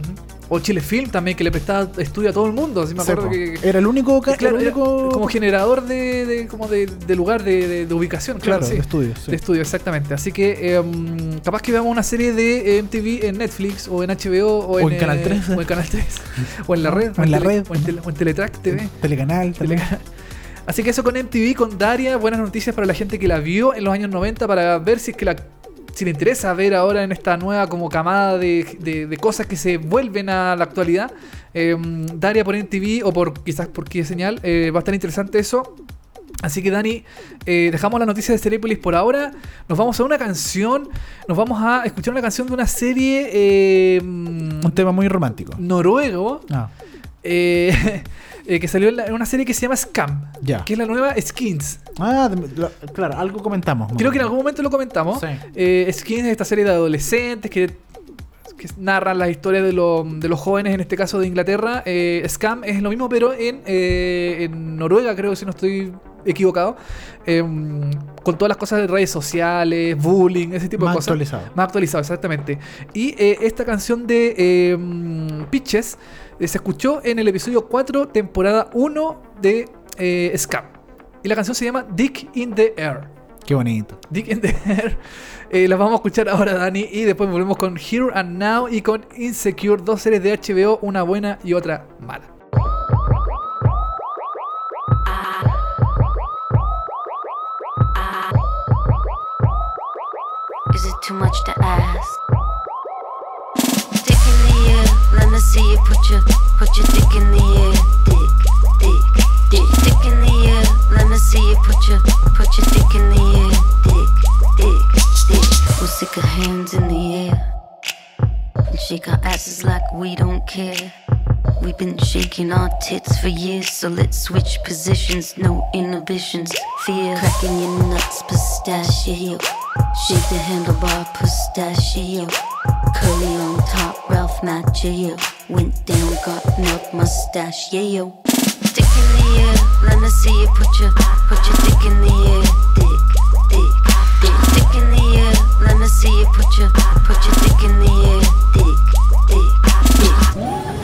O Chile Film también, que le prestaba estudio a todo el mundo. Así me Sí, acuerdo po. que, Era el único, ca- claro, el era único como generador de, de, como de, de lugar de, de, de ubicación. Claro, claro, sí. de estudio, sí. De estudio, exactamente. Así que eh, capaz que veamos una serie de M T V en Netflix o en H B O o, O en Canal tres. O en Canal tres. O en la red. O en la tele- red. O en, tele- o en Teletrack T V. Telecanal, también. Telecanal. Así que eso con M T V, con Daria. Buenas noticias para la gente que la vio en los años noventa para ver si es que la... Si le interesa ver ahora en esta nueva como camada de, de, de cosas que se vuelven a la actualidad, eh, Daria por M T V o por quizás por Key Señal, eh, va a estar interesante eso. Así que Dani, eh, dejamos la noticia de Seriepolis por ahora. Nos vamos a una canción. Nos vamos a escuchar una canción de una serie eh, Un tema muy romántico. noruego Ah, eh, eh, que salió en, la- en una serie que se llama Scam, ya. que es la nueva Skins. Ah, de- lo- claro, algo comentamos. Creo que en algún momento lo comentamos. Sí. Eh, Skins es esta serie de adolescentes que, que narran las historias de, lo- de los jóvenes, en este caso de Inglaterra. Eh, Scam es lo mismo, pero en, eh, en Noruega, creo, si no estoy equivocado. Eh, con todas las cosas de redes sociales, bullying, ese tipo Más de cosas. actualizado. Más actualizado, exactamente. Y eh, esta canción de eh, Pitches eh, se escuchó en el episodio cuatro, temporada uno de eh, Scam. Y la canción se llama Dick in the Air. Qué bonito. Dick in the Air. Eh, las vamos a escuchar ahora, Dani. Y después volvemos con Here and Now y con Insecure. Dos series de H B O, una buena y otra mala. Is it too much to ask? Dick in the air, let me see you put your, put your dick in the air. Dick, dick, dick, dick in the air, let me see you put your, put your dick in the air. Dick, dick, dick. We'll stick our hands in the air and shake our asses like we don't care. We've been shaking our tits for years, so let's switch positions, no inhibitions. Fear cracking your nuts, pistachio. Shake the handlebar, pistachio. Curly on top, Ralph Macchio. Went down, got milk, mustache, yeah. Dick in the air, let me see you put your, put your dick in the air. Dick, dick, dick, dick in the air. Let me see you put your, put your dick in the air. Dick, dick, dick.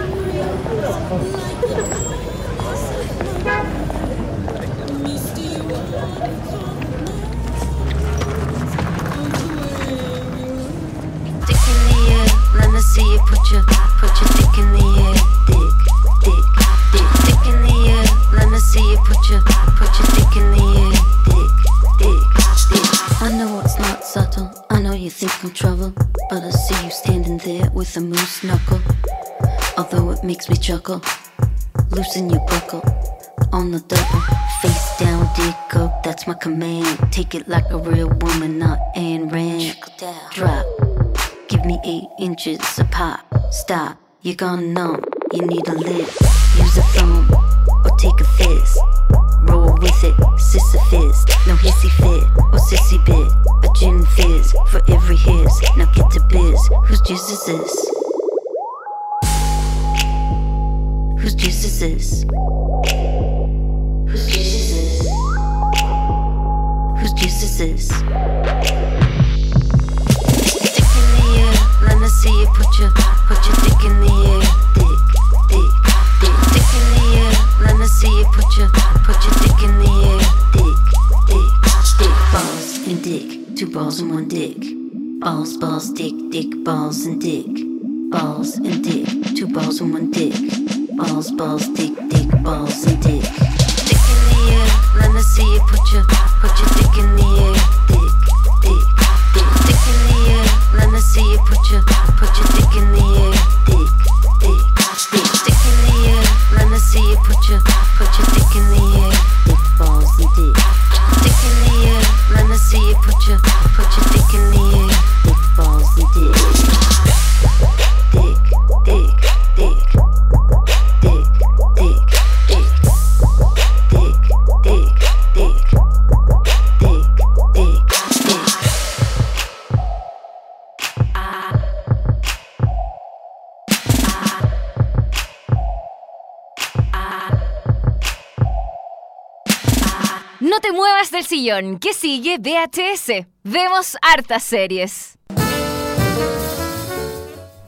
Dick in the air, let me see you put your, put your dick in the air. Dick, dick, dick, dick in the air, let me see you put your, put your dick in the air. Dick, dick, dick. I know it's not subtle, I know you think I'm trouble, but I see you standing there with a moose knuckle. Although it makes me chuckle, loosen your buckle on the double. Face down, dick up, that's my command. Take it like a real woman, not Ayn Rand. Trickle down, drop. Give me eight inches of pop. Stop, you're gonna numb. You need a lid. Use a thumb or take a fist. Roll with it, Sisyphus. No hissy fit or sissy bit. A gin fizz for every hiss. Now get to biz. Whose jizz is this? Whose jizz is this? Whose jizz is this? Whose jizz is this? Dick in the air, let me see you put your, put your dick in the air. Dick, dick, dick, dick in the air, let me see you put your, put your dick in the air. Dick, dick, dick, balls and dick, two balls and one dick. Balls, balls, dick, dick, balls and dick. Balls and dick, two balls and one dick. Balls, balls, dick, dick, balls and dick. Dick in the air, let me see you put your, put your dick in the air. Dick, dick, dick, dick in the air, let me see you put your, put your dick in the air. Dick, dick, dick, dick in the air, let me see you put your, put your dick in the air. Dick, balls and dick. Dick in the air, let me see you put your, put your dick in the air. Dick, balls and dick. Dick, dick, dick. Dick, dick, dick. Dick, dick, dick. Dick, dick, dick. No te muevas del sillón, que sigue V H S. Vemos hartas series.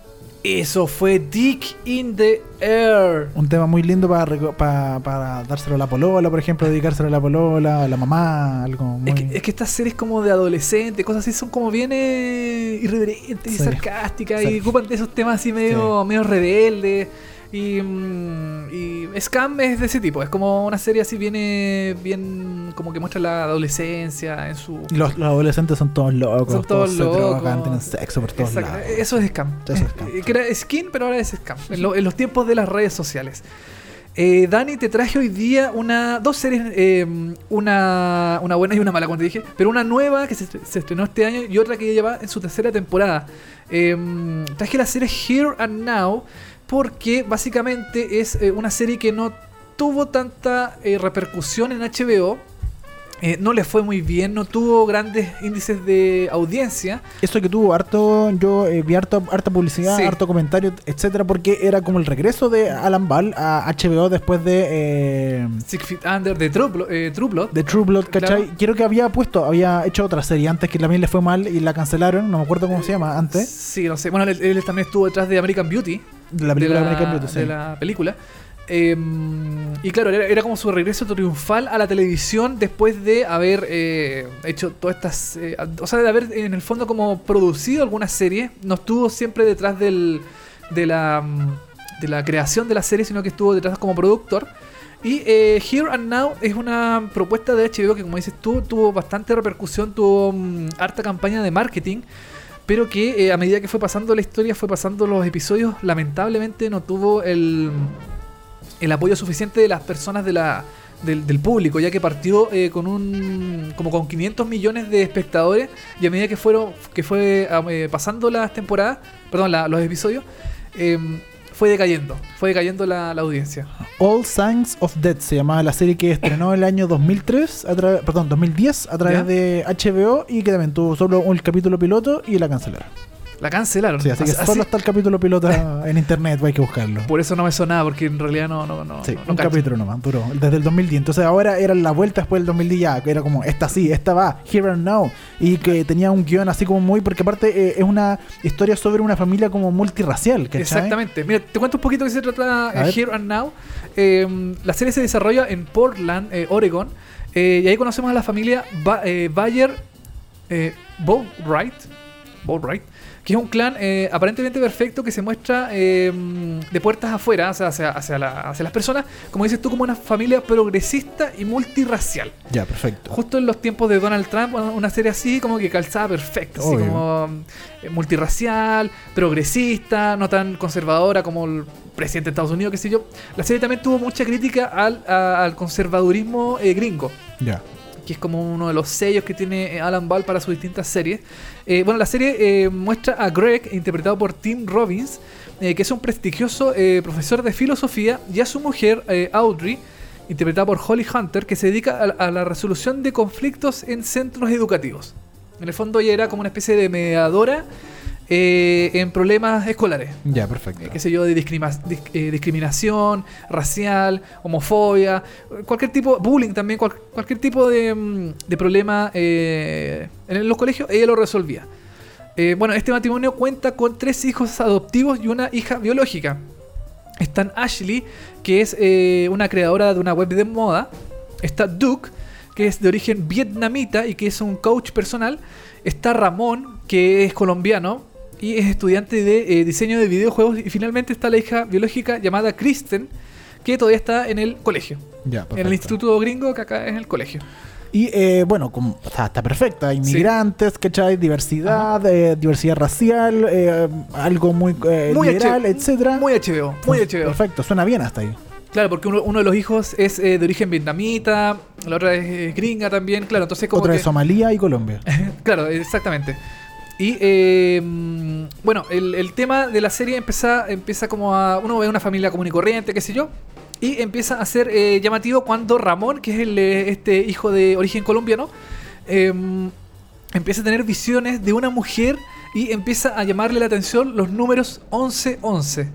Eso fue Dick in the Air. Un tema muy lindo para, reco- para, para dárselo a la polola, por ejemplo, dedicárselo a la polola, a la mamá, algo muy... Es que, es que estas series como de adolescente, cosas así, son como bien eh, irreverentes y Sí. sarcásticas Sí. y ocupan de esos temas así medio, medio rebeldes. Y, mm, y Scam es de ese tipo, es como una serie así viene bien, como que muestra la adolescencia en su... Y Los, los adolescentes son todos locos, Son todos se locos. drogan, tienen sexo por todos Exacto, lados. eso es Scam. Eso es Scam. Eh, que era Skin, pero ahora es Scam. En, lo- en los tiempos de las redes sociales. Eh, Dani, te traje hoy día una dos series, eh, una, una buena y una mala, como te dije, pero una nueva que se, se estrenó este año y otra que ya lleva en su tercera temporada. Eh, traje la serie Here and Now porque básicamente es eh, una serie que no tuvo tanta eh, repercusión en H B O. Eh, no le fue muy bien, no tuvo grandes índices de audiencia. Eso que tuvo harto, yo eh, vi harto, harta publicidad, Sí. harto comentario, etcétera, porque era como el regreso de Alan Ball a H B O después de eh, Six Feet Under de True, Blo- eh, True Blood. de True Blood, ¿cachai? Claro. Quiero que había puesto, había hecho otra serie antes que también le fue mal y la cancelaron, no me acuerdo cómo se llama antes, Sí, no sé. Bueno, él, él también estuvo detrás de American Beauty. de la película de American Beauty, sí. de la película. Eh, y claro, era, era como su regreso triunfal a la televisión después de haber eh, hecho todas estas... eh, o sea, de haber en el fondo como producido algunas series. No estuvo siempre detrás del, de, la, mm, de la creación de la serie, sino que estuvo detrás como productor. Y eh, Here and Now es una propuesta de H B O que, como dices tú, tuvo bastante repercusión, tuvo mm, harta campaña de marketing, pero que eh, a medida que fue pasando la historia, fue pasando los episodios, lamentablemente no tuvo el, el apoyo suficiente de las personas de la, del, del público, ya que partió eh, con un como con quinientos millones de espectadores y a medida que fueron que fue eh, pasando las temporadas, perdón, la- los episodios, eh, fue decayendo, fue decayendo la, la audiencia. All Signs of Death se llamaba la serie que estrenó el año dos mil tres, a tra- perdón, dos mil diez a través ¿Ya? de H B O y que también tuvo solo un capítulo piloto y la cancelaron. La cancelaron. Sí, así que Así- solo está el capítulo piloto en internet, hay que buscarlo. por eso no me sonaba, porque en realidad no, no, no, Sí, no, no un cacho. capítulo nomás, duró, desde el dos mil diez. Entonces ahora era la vuelta después del dos mil diez ya, que era como, esta sí, esta va, Here and Now. Y que tenía un guión así como muy, porque aparte eh, es una historia sobre una familia como multirracial, ¿cachai? Exactamente. Mira, te cuento un poquito de qué se trata A eh, ver. Here and Now. Eh, la serie se desarrolla en Portland, eh, Oregon. Eh, y ahí conocemos a la familia ba eh, Bayer eh, Boatwright, Boatwright, que es un clan eh, aparentemente perfecto que se muestra eh, de puertas afuera, o sea, hacia, hacia, la- hacia las personas, como dices tú, como una familia progresista y multirracial. Ya, perfecto. Justo en los tiempos de Donald Trump, una serie así como que calzaba perfecto, así Obvio. como eh, multirracial, progresista, no tan conservadora como el presidente de Estados Unidos, qué sé yo. La serie también tuvo mucha crítica al, a- al conservadurismo eh, gringo, Ya. que es como uno de los sellos que tiene eh, Alan Ball para sus distintas series. Eh, bueno, la serie eh, muestra a Greg, interpretado por Tim Robbins, eh, que es un prestigioso eh, profesor de filosofía, y a su mujer, eh, Audrey, interpretada por Holly Hunter, que se dedica a, la- a la resolución de conflictos en centros educativos. En el fondo ella era como una especie de mediadora eh, en problemas escolares. Ya, perfecto. Eh, qué sé yo, de discrima- dis- eh, discriminación racial, homofobia, eh, cualquier tipo, bullying también, cual- cualquier tipo de, mm, de problema eh, en los colegios, ella lo resolvía. Eh, bueno, este matrimonio cuenta con tres hijos adoptivos y una hija biológica. Están Ashley, que es eh, una creadora de una web de moda. Está Duke, que es de origen vietnamita y que es un coach personal. Está Ramón, que es colombiano y es estudiante de eh, diseño de videojuegos. Y finalmente está la hija biológica llamada Kristen, que todavía está en el colegio. Ya, perfecto. En el instituto gringo, que acá es en el colegio. Y eh, bueno, como, o sea, está perfecta. Inmigrantes, ¿cachai? Diversidad, eh, diversidad racial, eh, algo muy, eh, Muy liberal, H- etcétera. Muy H B O, muy H B O. Perfecto, suena bien hasta ahí. Claro, porque uno, uno de los hijos es eh, de origen vietnamita, la otra es eh, gringa también, claro, entonces como Otra que... de Somalia y Colombia. Claro, exactamente. Y eh, mm, bueno, el, el tema de la serie empieza, empieza como a... Uno ve una familia común y corriente, qué sé yo, y empieza a ser eh, llamativo cuando Ramón, que es el, eh, este hijo de origen colombiano, eh, empieza a tener visiones de una mujer y empieza a llamarle la atención los números once once.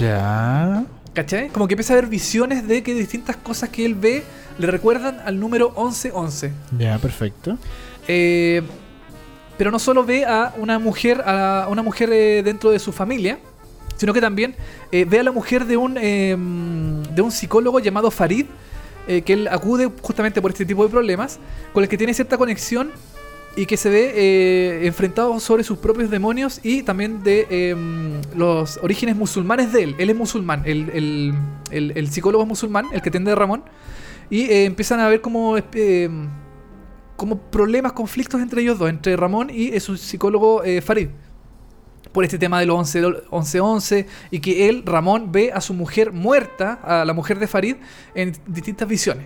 Ya. ¿Cachai? Como que empieza a ver visiones de que distintas cosas que él ve le recuerdan al número once once. Ya, perfecto. Eh, pero no solo ve a una mujer, a una mujer eh, dentro de su familia, sino que también eh, ve a la mujer de un, eh, de un psicólogo llamado Farid, eh, que él acude justamente por este tipo de problemas, con el que tiene cierta conexión y que se ve eh, enfrentado sobre sus propios demonios y también de eh, los orígenes musulmanes de él. Él es musulmán, el, el, el, el psicólogo es musulmán, el que atiende a Ramón, y eh, empiezan a ver como, eh, como problemas, conflictos entre ellos dos, entre Ramón y eh, su psicólogo eh, Farid, por este tema de los once once, y que él, Ramón, ve a su mujer muerta, a la mujer de Farid, en distintas visiones.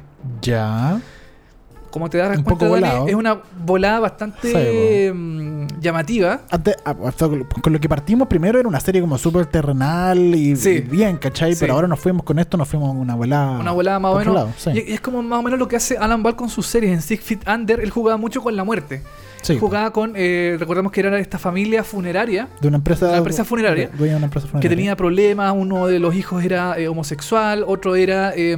Ya. Como te das Un cuenta, poco Dani, volado. es una volada bastante Sí, eh, llamativa. Antes, a- hasta con con lo que partimos primero era una serie como súper terrenal y, Sí. y bien, ¿cachai? Sí. Pero ahora nos fuimos con esto, nos fuimos a una volada. Una volada más o por otro menos. lado, sí. Y y es como más o menos lo que hace Alan Ball con sus series. En Six Feet Under, él jugaba mucho con la muerte. Sí. Jugaba con, eh, recordemos que era esta familia funeraria De una empresa, Una empresa funeraria. de- dueña de una empresa que funeraria. tenía problemas. Uno de los hijos era eh, homosexual, otro era, eh,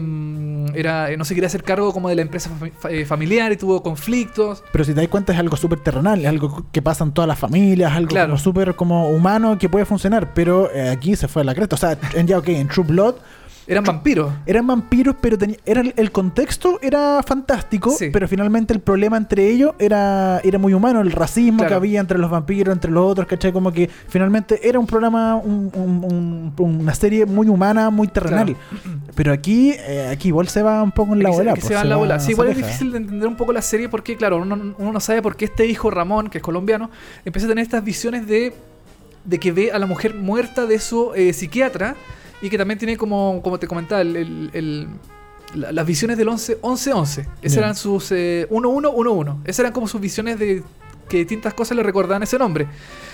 era eh, no se quería hacer cargo como de la empresa fa- fa- eh, familiar y tuvo conflictos. Pero si te das cuenta es algo súper terrenal, es algo que pasa en todas las familias, algo Claro. como súper como humano que puede funcionar, pero eh, aquí se fue a la cresta. O sea, en ya ok, en True Blood Eran vampiros. eran vampiros, pero tenía, era el, el contexto era fantástico, Sí. pero finalmente el problema entre ellos era, era muy humano, el racismo Claro. que había entre los vampiros, entre los otros, ¿cachai? Como que finalmente era un programa, un- un- un- una serie muy humana, muy terrenal. Pero aquí, eh, aquí igual se va un poco en la Que se- bola. que pues, se va en la bola. Sí, igual es aleja. difícil de entender un poco la serie porque, claro, uno, uno no sabe por qué este hijo Ramón, que es colombiano, empieza a tener estas visiones de, de que ve a la mujer muerta de su eh, psiquiatra y que también tiene como, como te comentaba, el, el- el- la- las visiones del once once once. Esas Ya. eran sus eh, uno uno uno uno. Esas eran como sus visiones de que distintas cosas le recordaban ese nombre.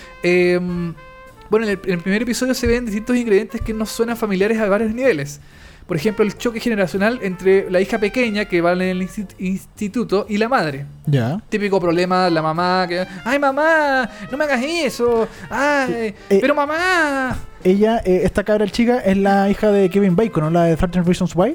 Eh, bueno, en el, en el primer episodio se ven distintos ingredientes que nos suenan familiares a varios niveles. Por ejemplo, el choque generacional entre la hija pequeña que va en el insti- instituto y la madre. Ya. Típico problema, la mamá que... ¡Ay, mamá! ¡No me hagas eso! ¡Ay! Eh, ¡Pero mamá! Ella, eh, esta cabra chica, es la hija de Kevin Bacon, ¿no? La de thirteen Reasons Why.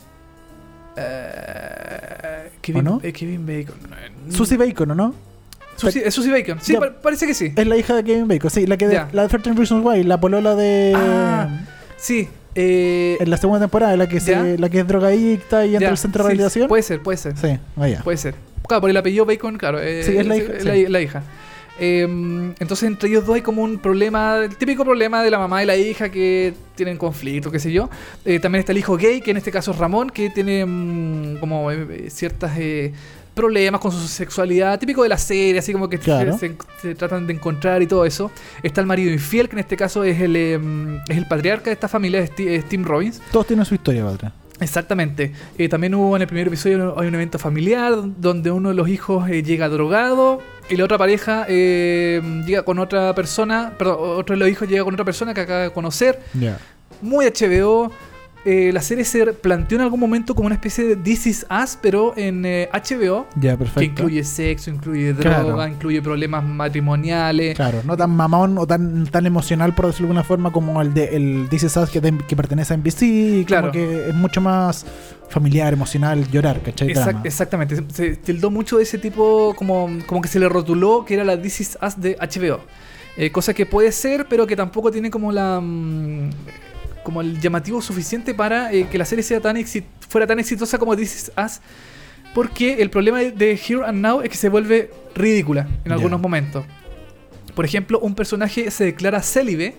Eh, Kevin, ¿O no? eh, Kevin Bacon. Eh, Susie Bacon, ¿o no? Susie, es Susie Bacon. Sí, Ya. pa- parece que sí. Es la hija de Kevin Bacon, sí, la que de, Ya. la de thirteen Reasons Why, la polola de Ah, sí. Eh, en la segunda temporada, la que se, Ya. la que es drogadicta y entra ya, al centro de sí, rehabilitación. Puede ser, puede ser. Sí, vaya. Puede ser. Claro, por el apellido Bacon, claro. eh, Sí, es la hija, es sí. la, la hija. Eh, entonces, entre ellos dos hay como un problema, el típico problema de la mamá y la hija que tienen conflicto, qué sé yo. Eh, también está el hijo gay, que en este caso es Ramón, que tiene mm, como eh, ciertas eh, problemas con su sexualidad, típico de la serie, así como que Claro. se, se tratan de encontrar y todo eso. Está el marido infiel, que en este caso es el, eh, es el patriarca de esta familia, es Ti- es Tim Robbins. Todos tienen su historia, padre. Exactamente. Eh, también hubo en el primer episodio hay un evento familiar donde uno de los hijos eh, llega drogado y la otra pareja eh, llega con otra persona, perdón, otro de los hijos llega con otra persona que acaba de conocer. Ya. Muy H B O. Eh, la serie se planteó en algún momento como una especie de This Is Us, pero en eh, H B O, Ya, que perfecto. incluye sexo, incluye Claro. droga, incluye problemas matrimoniales. Claro, no tan mamón o tan, tan emocional, por decirlo de alguna forma, como el de el This Is Us que, de- que pertenece a N B C. Y Claro. Como que es mucho más familiar, emocional, llorar, ¿cachai? Exact- Drama. exactamente, se, se tildó mucho de ese tipo, como, como que se le rotuló que era la This Is Us de H B O. Eh, cosa que puede ser, pero que tampoco tiene como la mm, como el llamativo suficiente para eh, que la serie sea tan exi- fuera tan exitosa como This Is Us. Porque el problema de, de Here and Now es que se vuelve ridícula en Ya. algunos momentos. Por ejemplo, un personaje se declara célibe.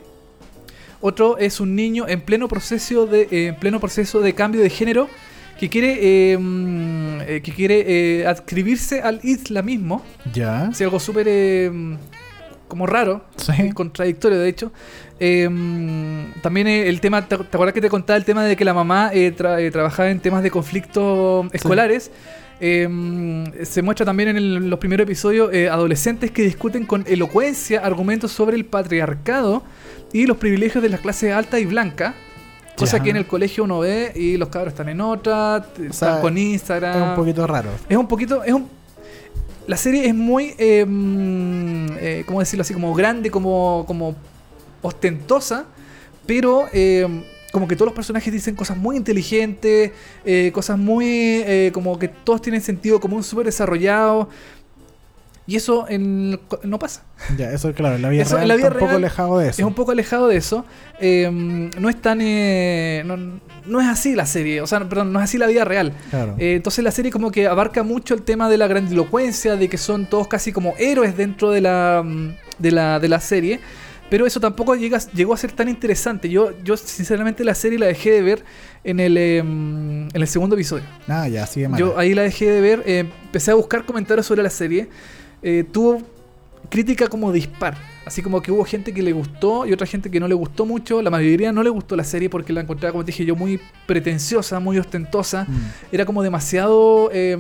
Otro es un niño en pleno proceso de, eh, en pleno proceso de cambio de género que quiere, eh, mm, eh, que quiere eh, adscribirse al islamismo. Ya. Es algo súper eh, como raro, Sí. contradictorio de hecho. Eh, mm, también eh, el tema, ¿te, te acuerdas que te contaba el tema de que la mamá eh, tra- eh, trabajaba en temas de conflictos escolares? Eh, mm, se muestra también en el- los primeros episodios eh, adolescentes que discuten con elocuencia argumentos sobre el patriarcado y los privilegios de las clases alta y blanca. Cosa Ya. que en el colegio uno ve y los cabros están en otra, t- O sea, están con Instagram. Es un poquito raro. Es un poquito. Es un, la serie es muy. Eh, mm, eh, ¿Cómo decirlo así? Como grande, como, como ostentosa. Pero eh, como que todos los personajes dicen cosas muy inteligentes. eh, cosas muy. eh, como que todos tienen sentido común súper desarrollado. Y eso en, no pasa. Ya, eso claro, en la vida Eso, real en la vida está un poco real alejado de eso. Es un poco alejado de eso. Eh, no es tan... eh, no, no es así la serie. O sea, perdón, no es así la vida real. Claro. Eh, entonces la serie como que abarca mucho el tema de la grandilocuencia, de que son todos casi como héroes dentro de la, de la, de la serie. Pero eso tampoco llega, llegó a ser tan interesante. Yo, yo sinceramente la serie la dejé de ver en el, eh, en el segundo episodio. Ah, ya, sigue mal. Yo ahí la dejé de ver, eh, empecé a buscar comentarios sobre la serie. Eh, tuvo crítica como dispar. Así como que hubo gente que le gustó y otra gente que no le gustó mucho. La mayoría no le gustó la serie porque la encontraba, como te dije yo, muy pretenciosa, muy ostentosa. Mm. Era como demasiado... Eh,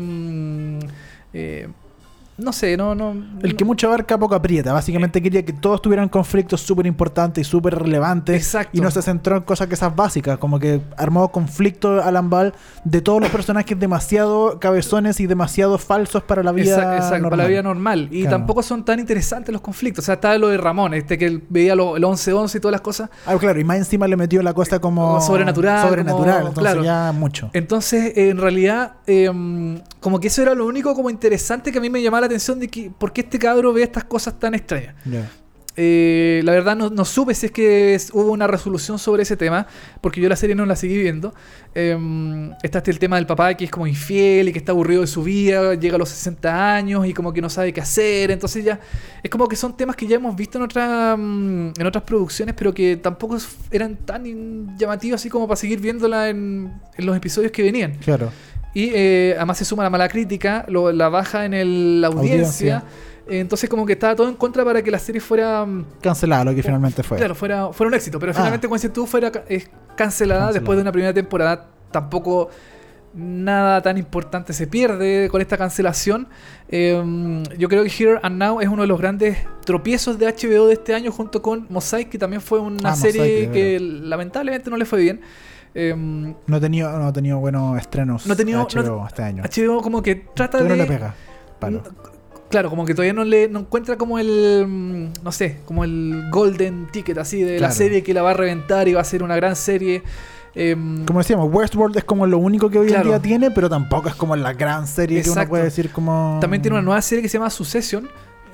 eh, no sé, no... no El que mucho abarca, poco aprieta. Básicamente quería que todos tuvieran conflictos súper importantes y súper relevantes. Exacto. Y no se centró en cosas que esas básicas. Como que armó conflicto Alan Ball de todos los personajes demasiado cabezones y demasiado falsos para la vida Exacto, exacto, normal. para la vida normal. Y Claro. tampoco son tan interesantes los conflictos. O sea, estaba lo de Ramón, este que él veía lo, el once once y todas las cosas. Ah, claro. Y más encima le metió la cosa como... Como sobrenatural, Sobrenatural. como- Entonces claro. ya mucho. Entonces, eh, en realidad, eh, como que eso era lo único como interesante que a mí me llamaba la atención de que por qué este cabro ve estas cosas tan extrañas. Ya. Eh, la verdad no, no supe si es que es- hubo una resolución sobre ese tema, porque yo la serie no la seguí viendo. Eh, está este el tema del papá que es como infiel y que está aburrido de su vida, llega a los sesenta años y como que no sabe qué hacer. Entonces ya es como que son temas que ya hemos visto en, otra, mm, en otras producciones, pero que tampoco eran tan in- llamativos así como para seguir viéndola en, en los episodios que venían. Claro. Y eh, además se suma la mala crítica, lo- la baja en el- la audiencia. Audiencia. Eh, entonces como que estaba todo en contra para que la serie fuera... mm, Cancelado lo que finalmente fue. Claro, fuera, fuera un éxito. Pero Ah. finalmente, como dices tú, fuera ca- es cancelada, Cancelada. después de una primera temporada. Tampoco nada tan importante se pierde con esta cancelación. Eh, yo creo que Here and Now es uno de los grandes tropiezos de H B O de este año, junto con Mosaic, que también fue una Ah, serie Mosaic, de que lamentablemente no le fue bien. Eh, No ha tenido, no ha tenido buenos estrenos No ha tenido- H B O no- este año. H B O como que trata Todavía de... no le pega. Palo. Claro, como que todavía no le no encuentra como el, mm, no sé, como el golden ticket así de la Claro. serie que la va a reventar y va a ser una gran serie. Em, Como decíamos, Westworld es como lo único que hoy Claro. en día tiene, pero tampoco es como la gran serie que uno Exacto. puede decir como... También tiene una nueva serie que se llama Succession.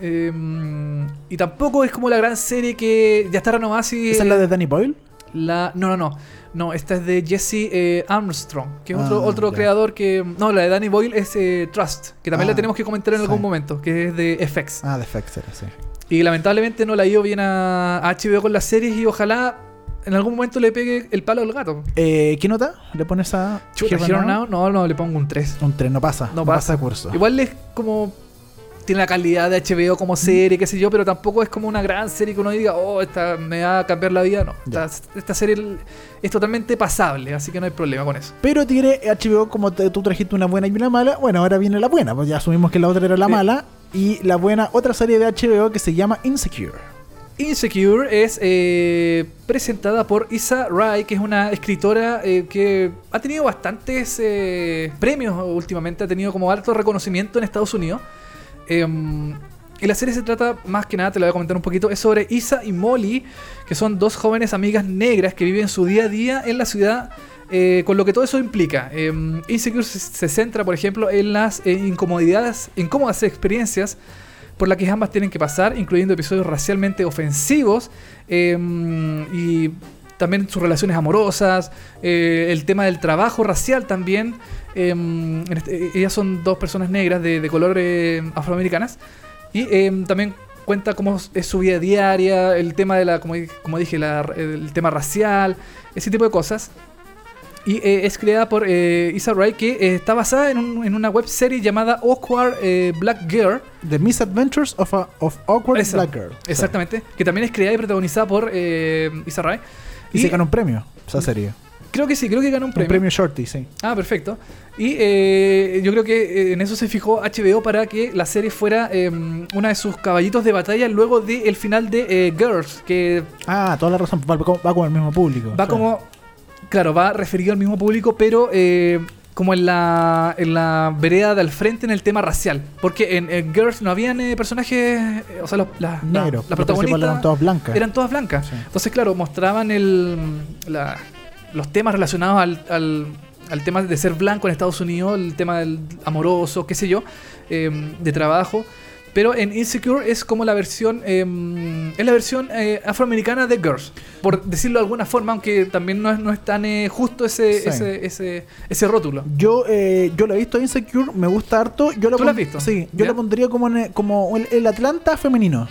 em, y tampoco es como la gran serie que ya está renovada así. ¿Esa es la de Danny Boyle? la- no, no, no. No, esta es de Jesse eh, Armstrong, que es Ah, otro, otro ya. creador que... No, la de Danny Boyle es eh, Trust, que también Ah, la tenemos que comentar en sí. algún momento, que es de F X. Ah, de F X era, sí. Y lamentablemente no la ha ido bien a, a H B O con las series y ojalá en algún momento le pegue el palo al gato. Eh, ¿Qué nota le pones a Chuta, Here and Here Now? Now, no, no, le pongo un tres. Un tren, no pasa. No No, pasa. pasa de curso. Igual es como... Tiene la calidad de H B O como serie, qué sé yo, pero tampoco es como una gran serie que uno diga, oh, esta me va a cambiar la vida. No, Ya. esta, esta serie es totalmente pasable, así que no hay problema con eso. Pero tiene H B O, como te- tú trajiste una buena y una mala. Bueno, ahora viene la buena, pues ya asumimos que la otra era la Sí. mala. Y la buena, otra serie de H B O que se llama Insecure. Insecure es eh, presentada por Issa Rae, que es una escritora eh, que ha tenido bastantes eh, premios últimamente, ha tenido como alto reconocimiento en Estados Unidos. Eh, y la serie se trata, más que nada, te la voy a comentar un poquito, es sobre Issa y Molly, que son dos jóvenes amigas negras que viven su día a día en la ciudad, eh, con lo que todo eso implica. Eh, Insecure se, se centra, por ejemplo, en las eh, incomodidades, incómodas experiencias por las que ambas tienen que pasar, incluyendo episodios racialmente ofensivos eh, y también sus relaciones amorosas, eh, el tema del trabajo racial también. Eh, en este- ellas son dos personas negras de, de color eh, afroamericanas y eh, también cuenta cómo es su vida diaria, el tema de la, como, como dije, la- el tema racial, ese tipo de cosas. Y eh, es creada por eh, Issa Rae, que eh, está basada en, un- en una web serie llamada Awkward eh, Black Girl. The Misadventures of, a, of Awkward Esa, Black Girl. Exactamente. Que también es creada y protagonizada por eh, Issa Rae. Y, se ganó un premio, esa serie. Creo que sí, creo que ganó un Un premio. premio Shorty, sí. Ah, perfecto. Y eh, yo creo que eh, en eso se fijó H B O para que la serie fuera eh, una de sus caballitos de batalla luego del final de eh, Girls, que Ah, toda la razón. Va, va con el mismo público. va Sí. como... Claro, va referido al mismo público, pero eh, como en la, en la vereda de al frente en el tema racial. Porque en, en Girls no habían eh, personajes... eh, o sea, los, la, la- Negro. las Los principales protagonistas eran todas blancas. eran todas blancas. Sí. Entonces, claro, mostraban el, la- los temas relacionados al, al, al tema de ser blanco en Estados Unidos, el tema del amoroso, qué sé yo, eh, de trabajo. Pero en Insecure es como la versión, eh, es la versión eh, afroamericana de Girls, por decirlo de alguna forma, aunque también no es, no es tan eh, justo ese, Sí. ese, ese, ese rótulo. Yo, eh, yo lo he visto Insecure, me gusta harto. Yo lo ¿Tú lo has pon- visto? Sí, yo ¿Ya? lo pondría como, en, como el, el Atlanta femenino.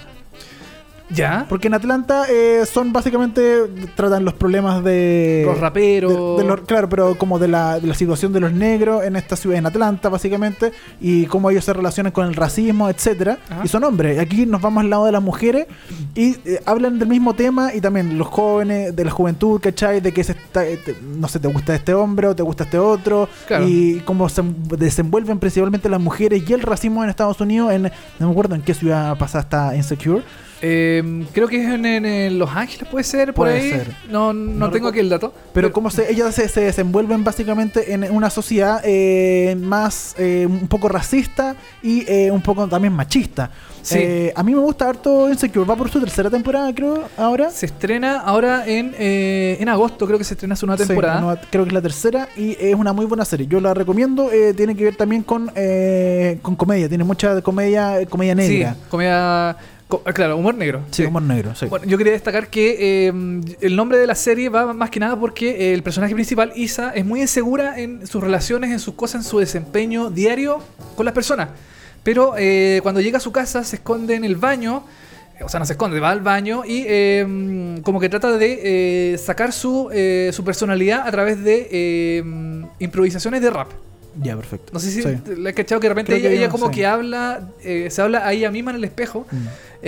¿Ya? Porque en Atlanta eh, son básicamente, tratan los problemas de... Los raperos. de- de los- claro, pero como de la, de la situación de los negros en esta ciudad, en Atlanta, básicamente, y cómo ellos se relacionan con el racismo, etcétera. Ajá. Y son hombres. Aquí nos vamos al lado de las mujeres y eh, hablan del mismo tema, y también los jóvenes, de la juventud, ¿cachai? De que se está, eh, te- no sé, te gusta este hombre o te gusta este otro. Claro. Y cómo se desenvuelven principalmente las mujeres y el racismo en Estados Unidos. En, no me acuerdo en qué ciudad pasa esta Insecure. Eh, creo que es en, en- en Los Ángeles, puede ser, por Puede ahí. ser. No, no, No tengo recu- aquí el dato. Pero como se, ellas se, se desenvuelven básicamente en una sociedad eh, más eh, un poco racista y eh, un poco también machista. Sí. Eh, a mí me gusta harto Insecure. Va por su tercera temporada, creo, ahora. Se estrena ahora en, eh, en agosto, creo que se estrena su nueva Sí, temporada. no, creo que es la tercera y es una muy buena serie. Yo la recomiendo. eh, tiene que ver también con, eh, con comedia. Tiene mucha comedia, comedia negra. Sí, comedia. co- ah, claro, humor negro. Sí, humor negro. Sí. Bueno, yo quería destacar que eh, el nombre de la serie va más que nada porque eh, el personaje principal, Isa, es muy insegura en sus relaciones, en sus cosas, en su desempeño diario con las personas. Pero eh, cuando llega a su casa se esconde en el baño, eh, o sea, no se esconde, va al baño y eh, como que trata de eh, sacar su, eh, su personalidad a través de eh, improvisaciones de rap. Ya, perfecto. No sé si Sí. le has cachado que de repente Creo que ella, ella yo- como sí. que habla, eh, se habla a ella misma en el espejo. Mm.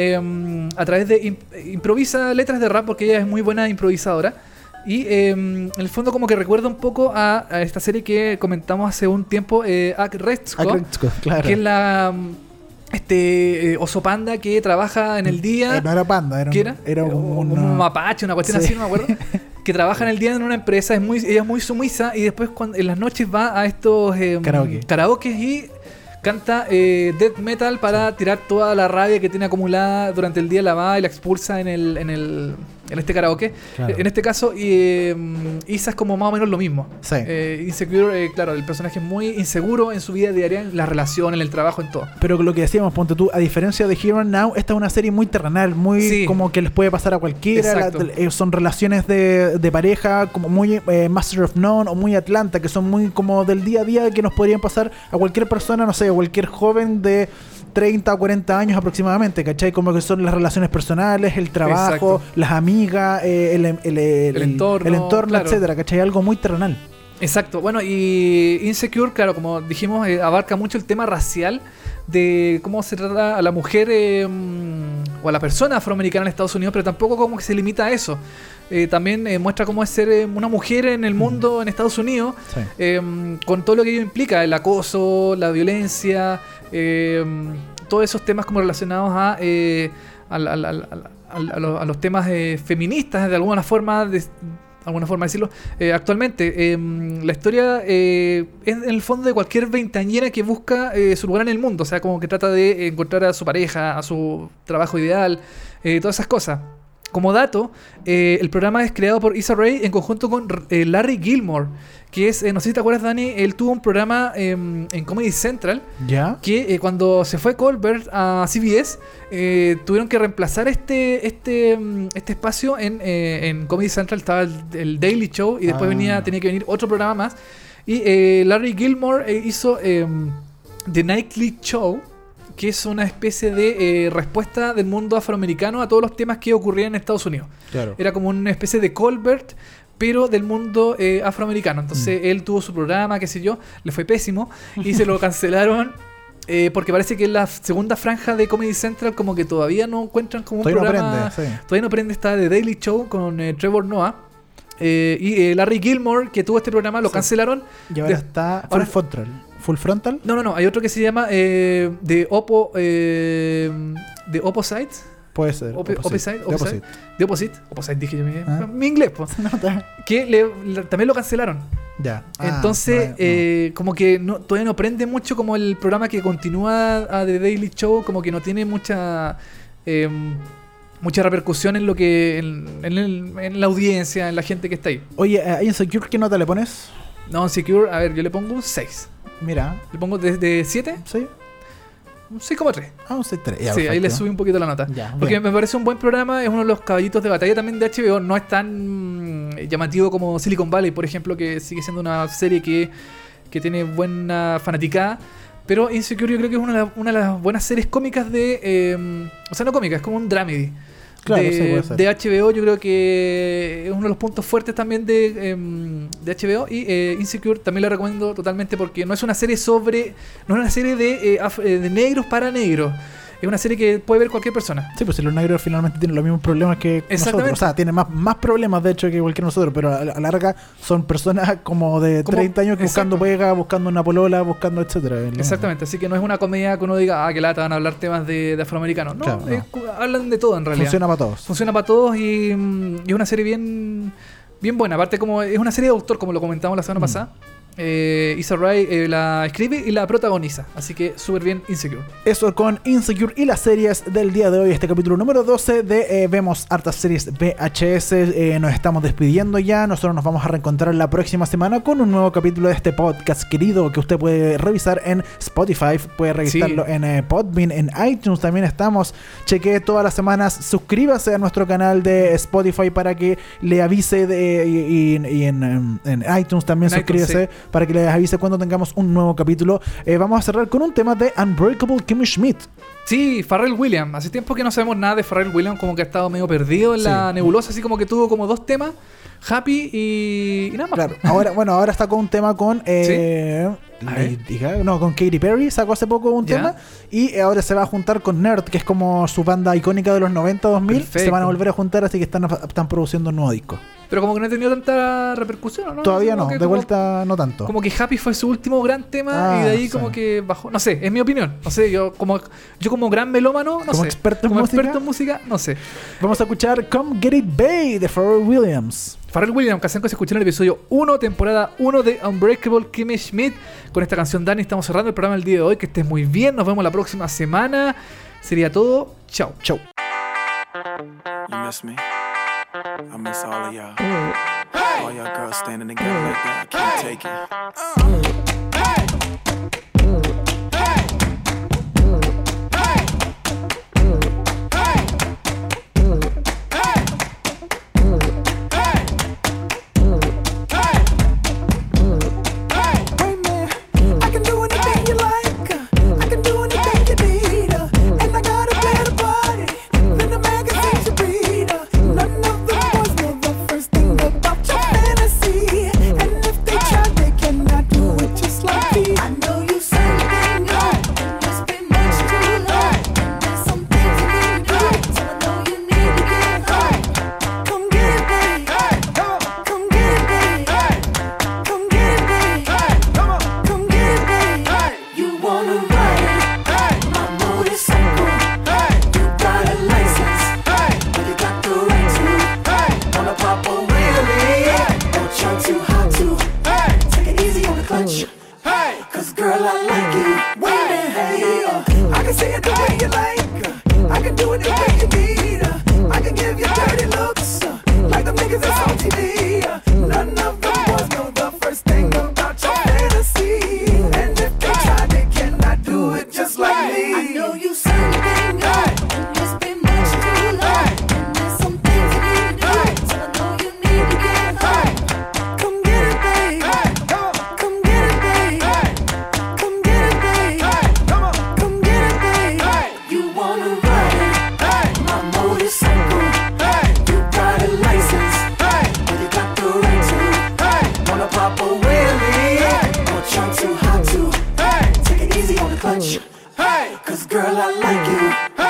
Eh, a través de imp- improvisa letras de rap porque ella es muy buena improvisadora y eh, en el fondo como que recuerda un poco a, a esta serie que comentamos hace un tiempo, eh, Ak Retzko, Agretsko, claro. que es la mm, este eh, oso panda que trabaja en el día. Eh, no era panda, era un, ¿Qué era? era un, un, una- mapache, una cuestión Sí. así, no me acuerdo. Que trabaja en el día en una empresa, es muy, ella es muy sumisa y después cuando, en las noches va a estos eh, Karaoke. karaokes y canta eh, death metal para tirar toda la rabia que tiene acumulada durante el día, la va y la expulsa en el en el en este karaoke. Claro. En este caso, eh, Isa es como más o menos lo mismo. Sí. Eh, Insecure, eh, claro, el personaje es muy inseguro en su vida diaria, en las relaciones, en el trabajo, en todo. Pero lo que decíamos, ponte tú, a diferencia de Here and Now, esta es una serie muy terrenal, muy Sí. como que les puede pasar a cualquiera. La- Exacto. eh, son relaciones de, de pareja como muy eh, Master of None o muy Atlanta, que son muy como del día a día, que nos podrían pasar a cualquier persona, no sé, a cualquier joven de treinta o cuarenta años aproximadamente, ¿cachai? Como que son las relaciones personales, el trabajo, Exacto. las amigas, eh, el, el, el, el- entorno, el entorno, claro. etcétera, ¿cachai? Algo muy terrenal. Exacto, bueno, y Insecure, claro, como dijimos, eh, abarca mucho el tema racial de cómo se trata a la mujer eh, mm, o a la persona afroamericana en Estados Unidos, pero tampoco como que se limita a eso. Eh, también eh, muestra cómo es ser eh, una mujer en el mundo, en Estados Unidos, Sí. eh, con todo lo que ello implica, el acoso, la violencia, eh, todos esos temas como relacionados a, eh, al- al- al- al- al- a, los, a los temas eh, feministas, de alguna forma, de alguna forma decirlo. Eh, actualmente, eh, la historia eh, es en el fondo de cualquier veinteañera que busca eh, su lugar en el mundo, o sea, como que trata de encontrar a su pareja, a su trabajo ideal, eh, todas esas cosas. Como dato, eh, el programa es creado por Issa Rae en conjunto con eh, Larry Gilmore, que es, eh, no sé si te acuerdas, Dani, él tuvo un programa eh, en Comedy Central ¿Ya? que eh, cuando se fue Colbert a C B S eh, tuvieron que reemplazar este este mm, este espacio en, eh, en Comedy Central. Estaba el, el Daily Show y después Ah. venía tenía que venir otro programa más y eh, Larry Gilmore eh, hizo eh, The Nightly Show, que es una especie de eh, respuesta del mundo afroamericano a todos los temas que ocurrían en Estados Unidos. Claro. Era como una especie de Colbert, pero del mundo eh, afroamericano. Entonces él tuvo su programa, qué sé yo, le fue pésimo y se lo cancelaron eh, porque parece que en la segunda franja de Comedy Central como que todavía no encuentran como un Todavía no programa... aprende, sí. Todavía no prende, está The Daily Show con eh, Trevor Noah. Eh, y eh, Larry Gilmore, que tuvo este programa, lo Sí. cancelaron. Y ahora De- está Full ahora- Frontal. Full Frontal. No, no, no. Hay otro que se llama eh, The Oppo... Eh, The Opposite. Puede ser. Ope- Opposite. opposite, The opposite. Opposite. The Opposite. Opposite dije yo. Mi, Ah. mi inglés, pues. No, está- Que le- le- también lo cancelaron. Ya. Ah, Entonces, no, no. eh, como que no, todavía no prende mucho como el programa que continúa a The Daily Show, como que no tiene mucha eh, mucha repercusión en lo que en, en el- en la audiencia, en la gente que está ahí. Oye, a Insecure, ¿qué nota le pones? No, Secure, a ver, yo le pongo un seis. Mira, Le pongo desde siete. ¿sí? un seis coma tres. Ah, un seis coma tres. Ya, Sí, ahí perfecto. le subí un poquito la nota. Ya, Porque bien. me parece un buen programa, es uno de los caballitos de batalla también de H B O. No es tan mm, llamativo como Silicon Valley, por ejemplo, que sigue siendo una serie que, que tiene buena fanaticada. Pero Insecure yo creo que es una de, las, una de las buenas series cómicas de... eh, o sea, no cómicas, es como un dramedy. Claro, de, sí, puede ser. de H B O. Yo creo que es uno de los puntos fuertes también de, em, de H B O. Y eh, Insecure también la recomiendo totalmente porque no es una serie sobre... No es una serie de, eh, af- eh, de negros para negros. Es una serie que puede ver cualquier persona. Sí, pues si los negros finalmente tienen los mismos problemas que Exactamente. nosotros. O sea, tienen más, más problemas de hecho que cualquier nosotros, pero a la a la larga son personas como de Como- treinta años buscando exacto. pega, buscando una polola, buscando etcétera. Exactamente, así que no es una comedia que uno diga, ah, que lata, van a hablar temas de, de afroamericanos. No, Claro, no. es cu- hablan de todo en realidad. Funciona para todos. Funciona para todos y, mm, y es una serie bien, bien buena. Aparte, como es una serie de autor, como lo comentamos la semana Mm. pasada. Eh, Issa Rae eh, la escribe y la protagoniza. Así que súper bien Insecure. Eso con Insecure y las series del día de hoy, este capítulo número doce de eh, Vemos Hartas Series V H S. Eh, nos estamos despidiendo ya, nosotros nos vamos a reencontrar la próxima semana con un nuevo capítulo de este podcast querido que usted puede revisar en Spotify, puede revisarlo Sí. en eh, Podbean, en iTunes también estamos. Chequee todas las semanas, suscríbase a nuestro canal de Spotify para que le avise de, y, y- y en, em, en iTunes también En iTunes, suscríbase para que les avise cuando tengamos un nuevo capítulo. Eh, vamos a cerrar con un tema de Unbreakable Kimmy Schmidt. Sí, Pharrell Williams. Hace tiempo que no sabemos nada de Pharrell Williams, como que ha estado medio perdido en Sí. la nebulosa, así como que tuvo como dos temas, Happy y, y nada más. Claro, ahora, bueno, ahora está con un tema con eh, A ver. Lady Gaga, no, con Katy Perry, sacó hace poco un Ya. tema y ahora se va a juntar con Nerd, que es como su banda icónica de los noventa, dos mil. Perfecto. Se van a volver a juntar, así que están, están produciendo un nuevo disco. Pero como que no ha tenido tanta repercusión, ¿no? Todavía Como no, que de como- vuelta no tanto. Como que Happy fue su último gran tema Ah, y de ahí sí. como que bajó. No sé, es mi opinión. No sé, yo como yo como gran melómano, no Como sé. experto en como música. experto en música, no sé. Vamos a escuchar Come Get It Bay de Pharrell Williams. Pharrell Williams, canción que se escuchó en el episodio uno, temporada uno de Unbreakable Kimmy Schmidt. Con esta canción, Dani, estamos cerrando el programa del día de hoy. Que estés muy bien, nos vemos la próxima semana. Sería todo. Chao. Chau. You miss me? I miss all of y'all. All y'all girls standing together like that. I can't take it. Hey man, I can do anything you like. I can do anything you need. And I got a better body than the magazines you read. None of the boys know the first thing about your fantasy. And if they try, they cannot do it just like me. I know you say being young, and it's been much too long. And there's some things you need to do, so I know you need to get home. Come get it, babe. Come get it, babe. Come get it, babe. Come get it, babe. You wanna ride it? My motorcycle. You got a license, but you got the right to. Wanna pop a wheelie? Don't try too hard to. Take it easy on the clutch. Cause girl, I like you. Wait a hey, uh, I can say it the way you like. uh, I can do it the way you need. uh, I can give you dirty looks, uh, like the niggas that's on T V. uh, None of the boys know the first thing about your fantasy. And if they try, they cannot do it just like me. I know you say being young, and it's been much too long. And there's some things you need to do, so I know you need to get home. Come get it, babe. Come get it, babe. Come get it, babe. Come get it, babe. You wanna ride it? My motorcycle. You got a license, but you got the right to. Wanna pop a wheelie? Don't try too hard to. Take it easy on the clutch. Cause girl, I like you.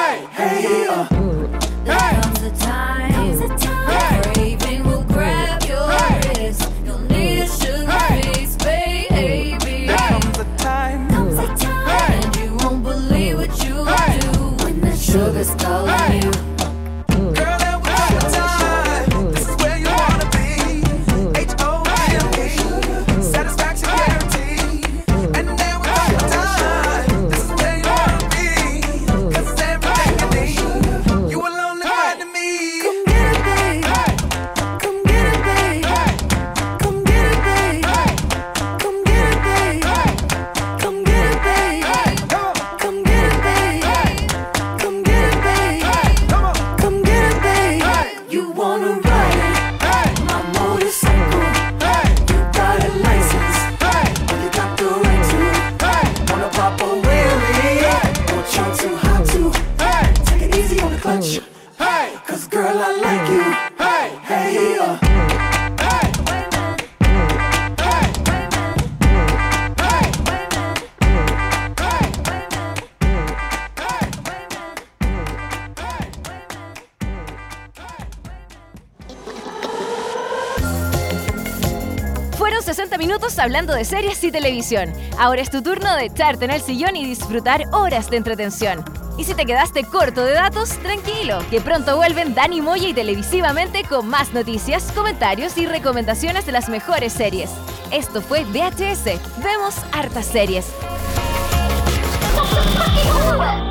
Hey, uh. There comes a time, the craving will grab your wrist. You'll need a sugar fix, baby. Comes a time. Comes a time, and you won't believe what you do when the sugar's calling you. Girl, there will come a time. This is where you wanna be. H O M E. Satisfaction guaranteed. And there will come a time. This is where you wanna be. Cause it's everything you need. You alone look right to me. Come get it, babe. Come get it, babe. Come get it, babe. Come get it, babe. Come get it, babe. Come get it, babe. touch. Hey, cause girl, I like you. Hey, hey, uh. Fueron sesenta minutos hablando de series y televisión. Ahora es tu turno de echarte en el sillón y disfrutar horas de entretención. Y si te quedaste corto de datos, tranquilo, que pronto vuelven Dani Moya y Televisivamente con más noticias, comentarios y recomendaciones de las mejores series. Esto fue V H S. Vemos hartas series.